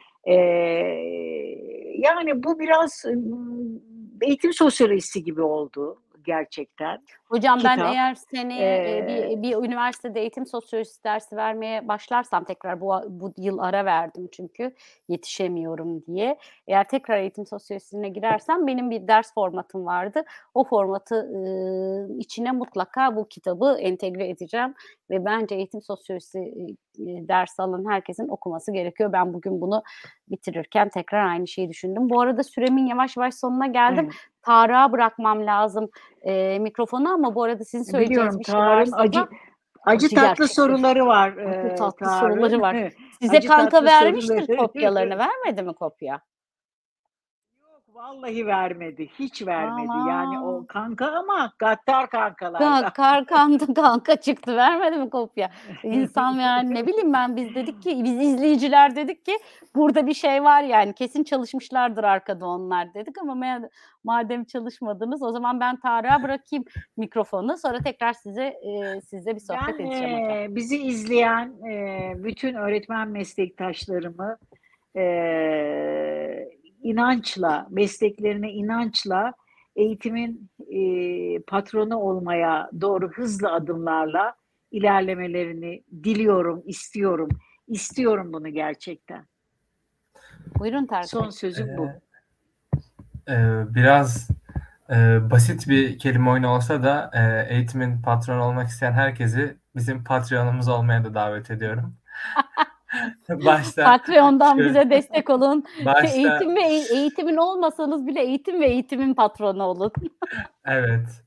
Eee, yani bu biraz, ımm, eğitim sosyolojisi gibi oldu gerçekten Hocam ben kitap. eğer seneye, eee, Eee bir bir üniversitede eğitim sosyolojisi dersi vermeye başlarsam tekrar bu a bu yıl ara verdim çünkü yetişemiyorum diye. Eğer tekrar eğitim sosyolojisine girersem benim bir ders formatım vardı. O formatı, ııı, içine mutlaka bu kitabı entegre edeceğim ve bence eğitim sosyolojisi, eee, eee, dersi alan herkesin okuması gerekiyor. Ben bugün bunu bitirirken tekrar aynı şeyi düşündüm. Bu arada süremin yavaş yavaş sonuna geldim. Evet. Tarık'a bırakmam lazım, eee, mikrofonu ama bu arada sizin söyleyeceğiniz Biliyorum, bir şey Tarık'ın varsa da acı acı acı tatlı gerçekten. soruları var, Acı eee, tatlı Tarık'ın. soruları var. Size Acı kanka tatlı vermiştir soruları. kopyalarını. Vermedi mi kopya? Yok, vallahi vermedi, hiç vermedi. Yani o Aman! kanka ama gaddar Ka kankalardan. kar kandı kanka çıktı. Vermedi mi kopya? İnsan yani ne bileyim ben biz dedik ki biz izleyiciler dedik ki burada bir şey var yani kesin çalışmışlardır arkada onlar dedik ama meğer madem çalışmadınız o zaman ben Tarık'a bırakayım mikrofonu. Sonra tekrar size, eee, sizle bir sohbet Ben, edeceğim hocam. eee, bizi izleyen, eee, bütün öğretmen meslektaşlarımı, eee, inançla, mesleklerine inançla eğitimin, eee, patronu olmaya doğru hızlı adımlarla ilerlemelerini diliyorum, istiyorum. İstiyorum bunu gerçekten. Buyurun Tarık Son Bey. sözüm bu. Eee, eee, biraz, eee, basit bir kelime oyunu olsa da, eee, eğitimin patronu olmak isteyen herkesi bizim Patreon'umuz olmaya da davet ediyorum. Başta Patreon'dan şöyle bize destek olun. başta Eğitim ve eğ eğitimin olmasanız bile eğitim ve eğitimin patronu olun. Evet.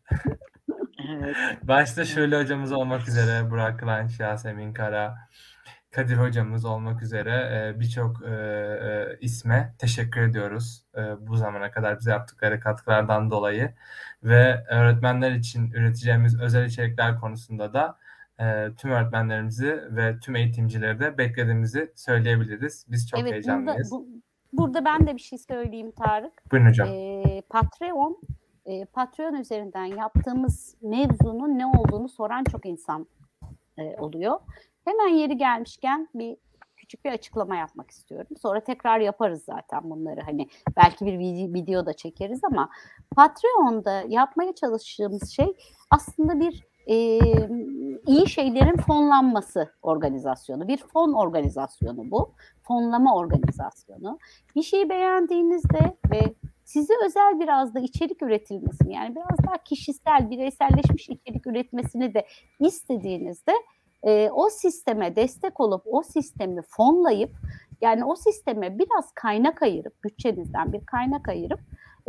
Evet. Başta Evet. Şule hocamız olmak üzere Burak Kıvanç, Yasemin Kara, Kadir hocamız olmak üzere, eee, birçok, eee, eee, isme teşekkür ediyoruz, eee, bu zamana kadar bize yaptıkları katkılardan dolayı ve öğretmenler için üreteceğimiz özel içerikler konusunda da, eee, tüm öğretmenlerimizi ve tüm eğitimcileri de beklediğimizi söyleyebiliriz. Biz çok Evet, burada heyecanlıyız. bu burada ben de bir şey söyleyeyim Tarık. Buyurun hocam. Eee, Patreon, eee, Patreon üzerinden yaptığımız mevzunun ne olduğunu soran çok insan, eee, oluyor. Hemen yeri gelmişken bir küçük bir açıklama yapmak istiyorum. Sonra tekrar yaparız zaten bunları. Hani belki bir vide video da çekeriz ama Patreon'da yapmaya çalıştığımız şey aslında bir, emm, iyi şeylerin fonlanması organizasyonu. Bir fon organizasyonu bu. Fonlama organizasyonu. Bir şeyi beğendiğinizde ve size özel biraz da içerik üretilmesini, yani biraz daha kişisel, bireyselleşmiş içerik üretmesini de istediğinizde, eee, o sisteme destek olup, o sistemi fonlayıp, yani o sisteme biraz kaynak ayırıp, bütçenizden bir kaynak ayırıp,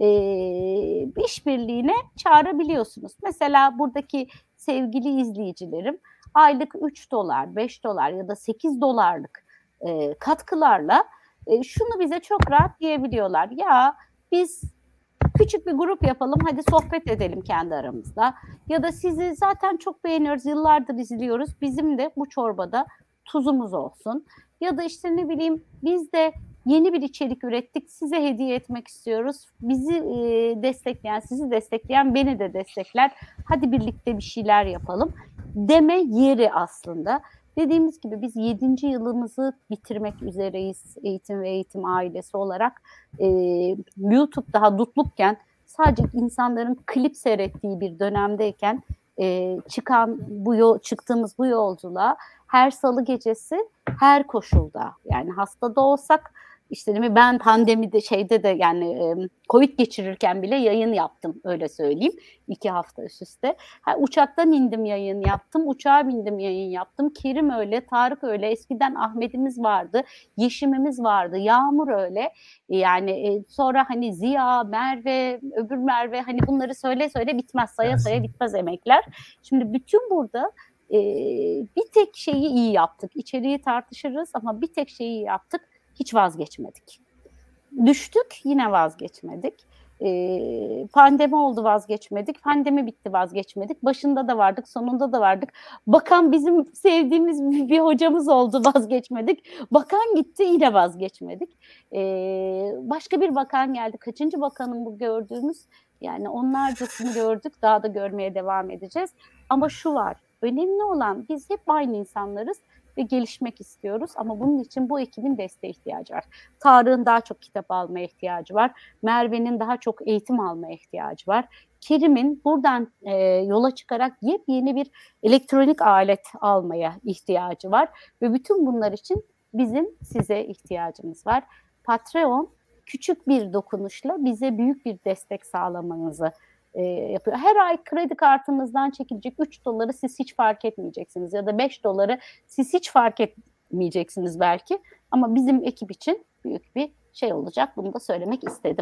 eee, işbirliğine çağırabiliyorsunuz. Mesela buradaki sevgili izleyicilerim aylık üç dolar, beş dolar ya da sekiz dolarlık eee, katkılarla, eee, şunu bize çok rahat diyebiliyorlar. Ya, biz küçük bir grup yapalım, hadi sohbet edelim kendi aramızda ya da sizi zaten çok beğeniyoruz, yıllardır izliyoruz, bizim de bu çorbada tuzumuz olsun ya da, işte, ne bileyim, biz de yeni bir içerik ürettik, size hediye etmek istiyoruz. Bizi, eee, destekleyen, sizi destekleyen beni de destekler. Hadi birlikte bir şeyler yapalım deme yeri aslında. Dediğimiz gibi biz yedinci yılımızı bitirmek üzereyiz eğitim ve eğitim ailesi olarak. Eee, YouTube daha dutlukken sadece insanların klip seyrettiği bir dönemdeyken, e, çıkan bu yol, çıktığımız bu yolculuğa her salı gecesi her koşulda, yani hasta da olsak, işte değil mi, ben pandemide şeyde de yani e, Covid geçirirken bile yayın yaptım, öyle söyleyeyim, iki hafta üst üste. Ha, uçaktan indim yayın yaptım, uçağa bindim yayın yaptım. Kerim öyle, Tarık öyle, eskiden Ahmet'imiz vardı, Yeşim'imiz vardı, Yağmur öyle. Yani e, sonra hani Ziya, Merve, öbür Merve, hani bunları söyle söyle bitmez, saya saya bitmez emekler. Şimdi bütün burada e, bir tek şeyi iyi yaptık. İçeriği tartışırız ama bir tek şeyi iyi yaptık. Hiç vazgeçmedik. Düştük, yine vazgeçmedik. Ee, pandemi oldu, vazgeçmedik. Pandemi bitti, vazgeçmedik. Başında da vardık, sonunda da vardık. Bakan bizim sevdiğimiz bir hocamız oldu, vazgeçmedik. Bakan gitti, yine vazgeçmedik. Ee, başka bir bakan geldi. Kaçıncı bakanın bu gördüğümüz? Yani onlarcasını gördük, daha da görmeye devam edeceğiz. Ama şu var, önemli olan, biz hep aynı insanlarız ve gelişmek istiyoruz ama bunun için bu ekibin desteğe ihtiyacı var. Tarık'ın daha çok kitap almaya ihtiyacı var. Merve'nin daha çok eğitim almaya ihtiyacı var. Kerim'in buradan e, yola çıkarak yepyeni bir elektronik alet almaya ihtiyacı var ve bütün bunlar için bizim size ihtiyacımız var. Patreon küçük bir dokunuşla bize büyük bir destek sağlamanızı E, yapıyor. Her ay kredi kartınızdan çekilecek üç doları siz hiç fark etmeyeceksiniz ya da beş doları siz hiç fark etmeyeceksiniz belki, ama bizim ekip için büyük bir şey olacak. Bunu da söylemek istedim.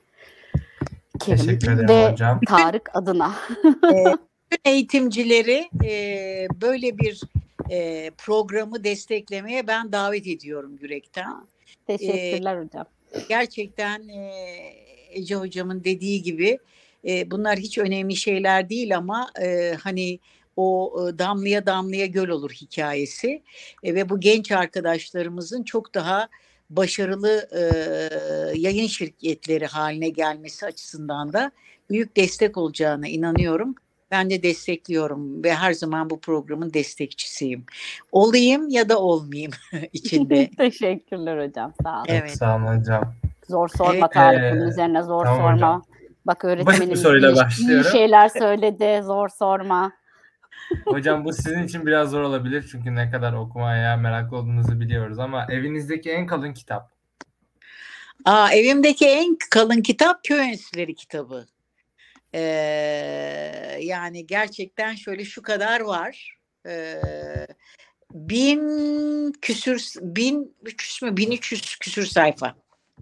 Kerim Teşekkür ederim ve hocam. Tarık adına. Ee, bütün eğitimcileri e, böyle bir e, programı desteklemeye ben davet ediyorum yürekten. Teşekkürler ee, hocam. Gerçekten e, Ece hocamın dediği gibi e, bunlar hiç önemli şeyler değil ama e, hani o e, damlaya damlaya göl olur hikayesi e, ve bu genç arkadaşlarımızın çok daha başarılı e, yayın şirketleri haline gelmesi açısından da büyük destek olacağına inanıyorum. Ben de destekliyorum ve her zaman bu programın destekçisiyim. Olayım ya da olmayayım içinde. Teşekkürler hocam, sağ olun. Evet, sağ olun hocam. Zor sorma Evet. Tarık, bunun üzerine zor Tamam sorma. hocam. Bak öğretmenimiz iyi, iyi şeyler söyledi, zor sorma. Hocam bu sizin için biraz zor olabilir çünkü ne kadar okumaya meraklı olduğunuzu biliyoruz ama evinizdeki en kalın kitap? Aa, evimdeki en kalın kitap Köy Enstitüleri kitabı. Ee, yani gerçekten şöyle şu kadar var. Ee, bin küsür, bin üç yüz mü, bin üç yüz küsür sayfa.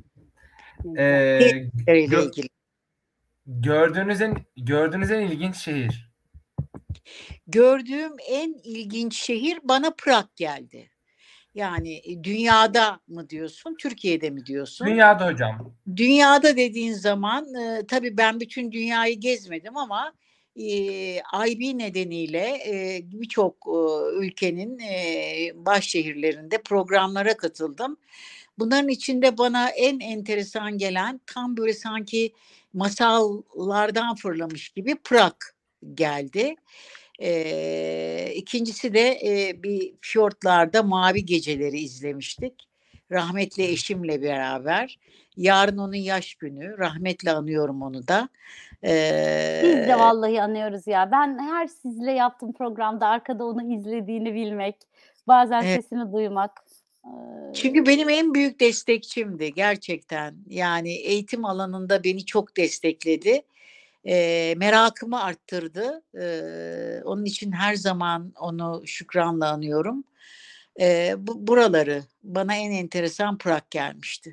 Ee, gö- ilgili. Gördüğünüz en, gördüğünüz en ilginç şehir? Gördüğüm en ilginç şehir bana Prag geldi. Yani dünyada mı diyorsun, Türkiye'de mi diyorsun? Dünyada hocam. Dünyada dediğin zaman e, tabii ben bütün dünyayı gezmedim ama e, I B nedeniyle e, birçok e, ülkenin e, baş şehirlerinde programlara katıldım. Bunların içinde bana en enteresan gelen, tam böyle sanki masallardan fırlamış gibi Prag geldi. E, ikincisi de e, bir fiyortlarda Mavi Geceleri izlemiştik. Rahmetli eşimle beraber. Yarın onun yaş günü. Rahmetle anıyorum onu da. Ee, Biz de vallahi anıyoruz ya. Ben her sizle yaptığım programda arkada onu izlediğini bilmek, bazen evet. sesini duymak. Çünkü benim en büyük destekçimdi gerçekten. Yani eğitim alanında beni çok destekledi. E, merakımı arttırdı. E, onun için her zaman onu şükranla anıyorum. E, bu, buraları bana en enteresan Prag gelmişti.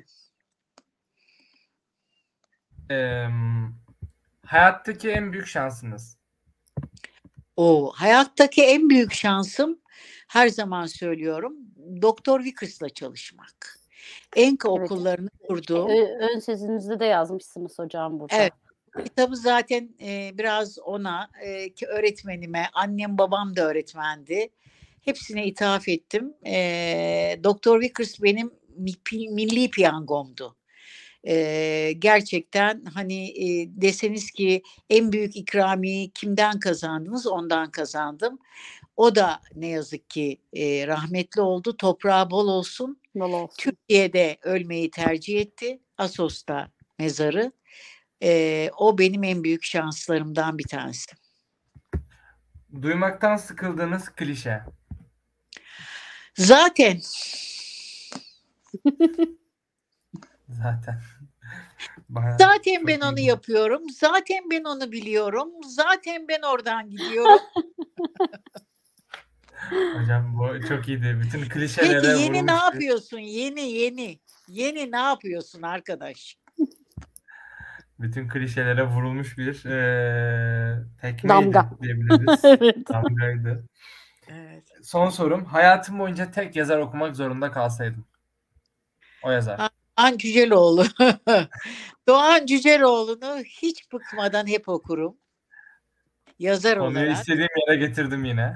Ee, hayattaki en büyük şansınız? O hayattaki en büyük şansım, her zaman söylüyorum, Doktor Vickers'la çalışmak. Enka Evet. okullarını kurduğum. Ön sözünüzde de yazmışsınız hocam burada. Evet. Kitabı zaten e, biraz ona, e, ki öğretmenime, annem babam da öğretmendi. Hepsine ithaf ettim. E, Doktor Vickers benim milli piyangomdu. Ee, gerçekten hani e, deseniz ki en büyük ikramiyeyi kimden kazandınız, ondan kazandım. O da ne yazık ki e, rahmetli oldu. Toprağı bol olsun. Bol olsun. Türkiye'de ölmeyi tercih etti. Assos'ta mezarı. E, o benim en büyük şanslarımdan bir tanesi. Duymaktan sıkıldığınız klişe. Zaten. Zaten. Bayağı Zaten ben çok onu iyiydi. yapıyorum. Zaten ben onu biliyorum. Zaten ben oradan gidiyorum. Hocam bu çok iyiydi. Bütün Peki klişelere yeni ne vurmuş bir yapıyorsun? Yeni yeni. Yeni ne yapıyorsun arkadaş? bütün klişelere vurulmuş bir eee tekmeydi Damga. diyebiliriz. Evet. Damgaydı. Evet. Son sorum. Hayatım boyunca tek yazar okumak zorunda kalsaydım. O yazar. Doğan Cüceloğlu. Doğan Cüceloğlu'nu hiç bıkmadan hep okurum. Yazar Konuyu olarak. istediğim yere getirdim yine.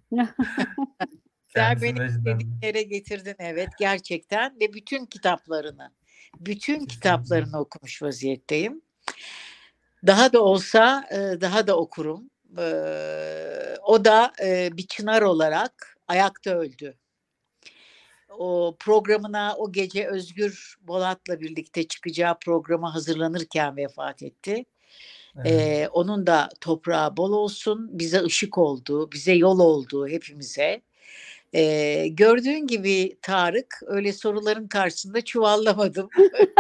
Sen beni Kendisini de istediğin cidden. yere getirdin, evet, gerçekten, ve bütün kitaplarını, bütün Kesinlikle. kitaplarını okumuş vaziyetteyim. Daha da olsa e, daha da okurum. Ee, o da e, bir çınar olarak ayakta öldü. O programına o gece Özgür Bolat'la birlikte çıkacağı programa hazırlanırken vefat etti. Evet. Ee, onun da toprağı bol olsun. Bize ışık oldu, bize yol oldu hepimize. Ee, gördüğün gibi Tarık, öyle soruların karşısında çuvallamadım.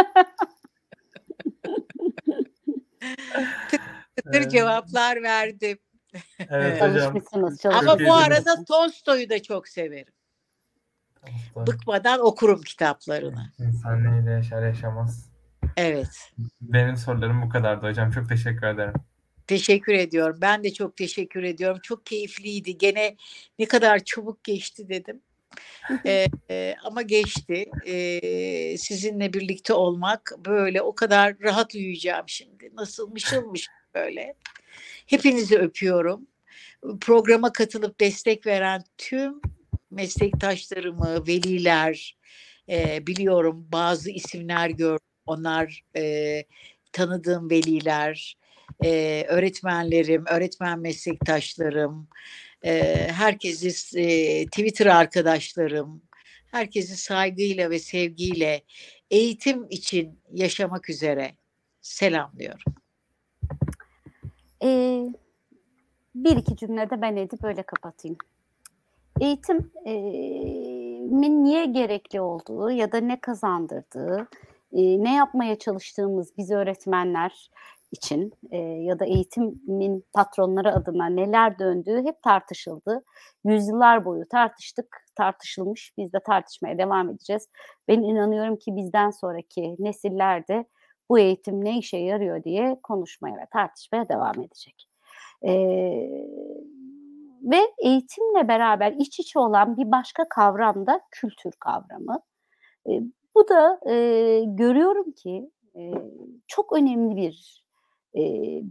Tık tıkır Evet. cevaplar verdim. Evet hocam. Çalışmışsınız, Ama Çok bu çalışmışsınız. iyiydiniz. arada Tolstoy'u da çok severim. Tolstoy. Bıkmadan okurum kitaplarını. İnsan neyle yaşar yaşamaz. Evet. Benim sorularım bu kadardı hocam. Çok teşekkür ederim. Teşekkür ediyorum. Ben de çok teşekkür ediyorum. Çok keyifliydi. Gene ne kadar çabuk geçti dedim. Ee, e, ama geçti. Ee, sizinle birlikte olmak böyle, o kadar rahat uyuyacağım şimdi. Nasıl mışıl mışıl böyle. Hepinizi öpüyorum. Programa katılıp destek veren tüm meslektaşlarımı, veliler, e, biliyorum bazı isimler gördüm. Onlar e, tanıdığım veliler, e, öğretmenlerim, öğretmen meslektaşlarım, e, herkesi, e, Twitter arkadaşlarım, herkesi saygıyla ve sevgiyle eğitim için yaşamak üzere selamlıyorum. Ee, bir iki cümlede ben edip böyle kapatayım. Eğitimin niye gerekli olduğu ya da ne kazandırdığı, e, ne yapmaya çalıştığımız biz öğretmenler için e, ya da eğitimin patronları adına neler döndüğü hep tartışıldı. Yüzyıllar boyu tartıştık, tartışılmış. Biz de tartışmaya devam edeceğiz. Ben inanıyorum ki bizden sonraki nesiller de bu eğitim ne işe yarıyor diye konuşmaya ve tartışmaya devam edecek. Eee, ve eğitimle beraber iç içe olan bir başka kavram da kültür kavramı. Eee, bu da eee, görüyorum ki eee, çok önemli bir eee,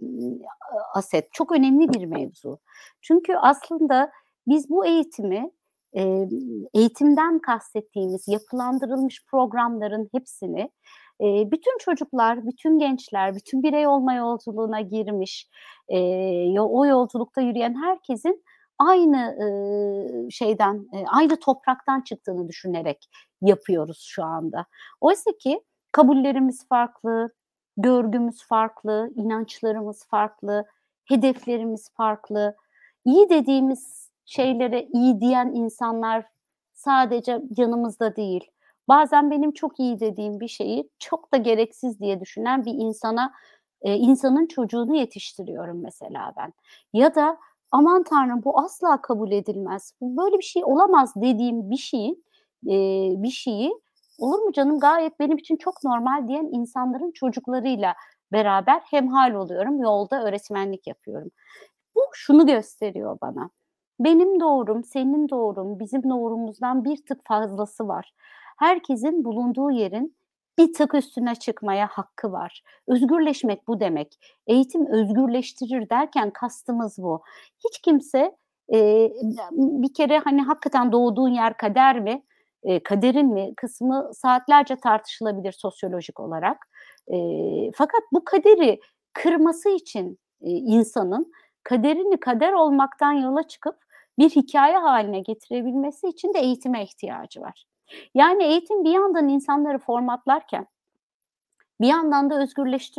aset, çok önemli bir mevzu. Çünkü aslında biz bu eğitimi, eee, eğitimden kastettiğimiz yapılandırılmış programların hepsini eee, bütün çocuklar, bütün gençler, bütün birey olma yolculuğuna girmiş, eee, o yolculukta yürüyen herkesin aynı ııı, şeyden, eee, aynı topraktan çıktığını düşünerek yapıyoruz şu anda. Oysaki kabullerimiz farklı, görgümüz farklı, inançlarımız farklı, hedeflerimiz farklı. İyi dediğimiz şeylere iyi diyen insanlar sadece yanımızda değil. Bazen benim çok iyi dediğim bir şeyi çok da gereksiz diye düşünen bir insana, eee, insanın çocuğunu yetiştiriyorum mesela ben. Ya da aman tanrım bu asla kabul edilmez, bu böyle bir şey olamaz dediğim bir şeyin, eee, bir şeyi olur mu canım gayet benim için çok normal diyen insanların çocuklarıyla beraber hemhâl oluyorum, yolda öğretmenlik yapıyorum. Bu şunu gösteriyor bana, benim doğrum, senin doğrun, bizim doğrumuzdan bir tık fazlası var. Herkesin bulunduğu yerin bir tık üstüne çıkmaya hakkı var. Özgürleşmek bu demek. Eğitim özgürleştirir derken kastımız bu. Hiç kimse, eee, bir kere, hani, hakikaten doğduğun yer kader mi, eee, kaderin mi kısmı saatlerce tartışılabilir sosyolojik olarak. Eee, fakat bu kaderi kırması için, eee, insanın kaderini kader olmaktan yola çıkıp bir hikâye hâline getirebilmesi için de eğitime ihtiyacı var. Yani eğitim bir yandan insanları formatlarken bir yandan da özgürleştiriyor.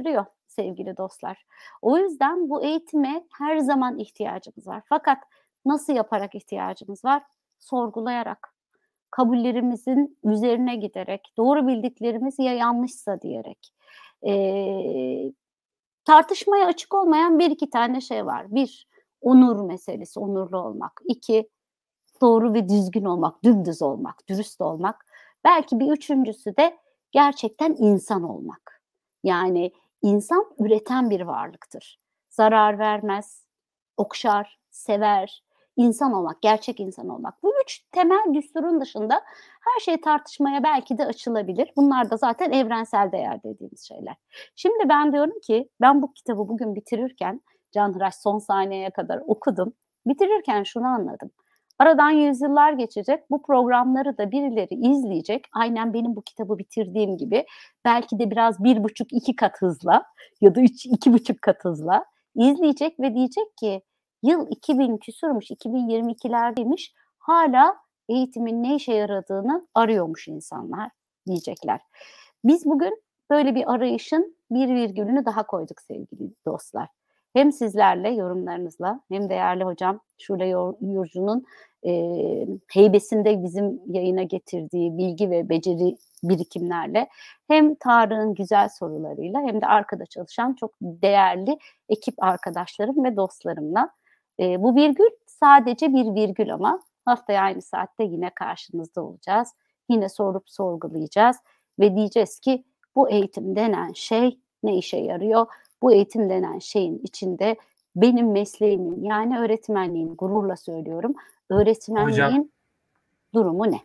sevgili dostlar. O yüzden bu eğitime her zaman ihtiyacımız var. Fakat nasıl yaparak ihtiyacımız var? Sorgulayarak, kabullerimizin üzerine giderek, doğru bildiklerimiz ya yanlışsa diyerek. Eee, tartışmaya açık olmayan bir iki tane şey var. bir onur meselesi, onurlu olmak. iki doğru ve düzgün olmak, dümdüz olmak, dürüst olmak. Belki bir üçüncüsü de gerçekten insan olmak. Yani insan üreten bir varlıktır. Zarar vermez, okşar, sever, insan olmak, gerçek insan olmak. Bu üç temel düsturun dışında her şey tartışmaya belki de açılabilir. Bunlar da zaten evrensel değer dediğimiz şeyler. Şimdi ben diyorum ki ben bu kitabı bugün bitirirken, Canhıraş son saniyeye kadar okudum. Bitirirken şunu anladım. Aradan yüzyıllar geçecek, bu programları da birileri izleyecek. Aynen benim bu kitabı bitirdiğim gibi belki de biraz bir buçuk iki kat hızla ya da üç iki buçuk kat hızla izleyecek ve diyecek ki yıl iki bin küsurmuş, iki bin yirmi ikilerdeymiş, hala eğitimin ne işe yaradığını arıyormuş insanlar diyecekler. Biz bugün böyle bir arayışın bir virgülünü daha koyduk sevgili dostlar. Hem sizlerle yorumlarınızla hem değerli hocam Şule Yurcu'nun e, heybesinde bizim yayına getirdiği bilgi ve beceri birikimlerle hem Tarık'ın güzel sorularıyla hem de arkada çalışan çok değerli ekip arkadaşlarım ve dostlarımla. E, bu virgül sadece bir virgül ama haftaya aynı saatte yine karşınızda olacağız. Yine sorup sorgulayacağız ve diyeceğiz ki bu eğitim denen şey ne işe yarıyor? Bu eğitim denen şeyin içinde benim mesleğimin yani öğretmenliğin, gururla söylüyorum, öğretmenliğin Hocam, durumu ne?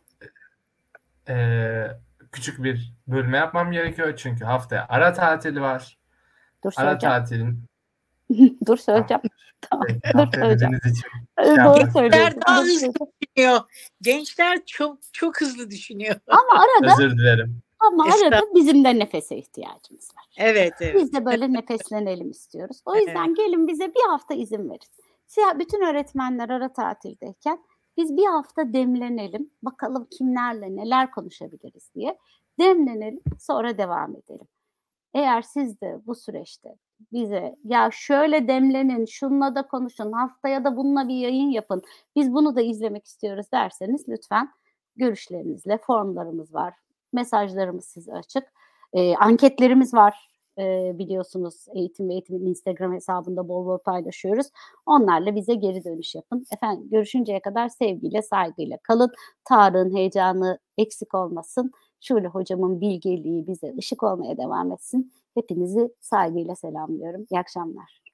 Ee, küçük bir bölme yapmam gerekiyor çünkü haftaya ara tatili var. Dur Ara söyleyeceğim. tatilin Dur söyleyeceğim. Tamam. Peki, Dur haftaya söyleyeceğim. dediğiniz için Ee, şey Doğru yapmak söylüyorsun. istiyorum. Daha Dur hızlı söyleyeceğim. düşünüyor. Gençler çok çok hızlı düşünüyor. Ama arada Özür dilerim. ama Estağfurullah. arada bizim de nefese ihtiyacımız var. Evet, evet. Biz de böyle nefeslenelim istiyoruz. O Evet. yüzden gelin bize bir hafta izin verin. Siyah bütün öğretmenler ara tatildeyken biz bir hafta demlenelim. Bakalım kimlerle neler konuşabiliriz diye. Demlenelim, sonra devam edelim. Eğer siz de bu süreçte bize ya şöyle demlenin, şununla da konuşun, haftaya da bununla bir yayın yapın, biz bunu da izlemek istiyoruz derseniz lütfen görüşlerinizle, formlarımız var, mesajlarımız size açık, e, anketlerimiz var. E, biliyorsunuz eğitim ve eğitimin Instagram hesabında bol bol paylaşıyoruz. Onlarla bize geri dönüş yapın. Efendim görüşünceye kadar sevgiyle, saygıyla kalın. Tarık'ın heyecanı eksik olmasın. Şule hocamın bilgeliği bize ışık olmaya devam etsin. Hepinizi saygıyla selamlıyorum. İyi akşamlar.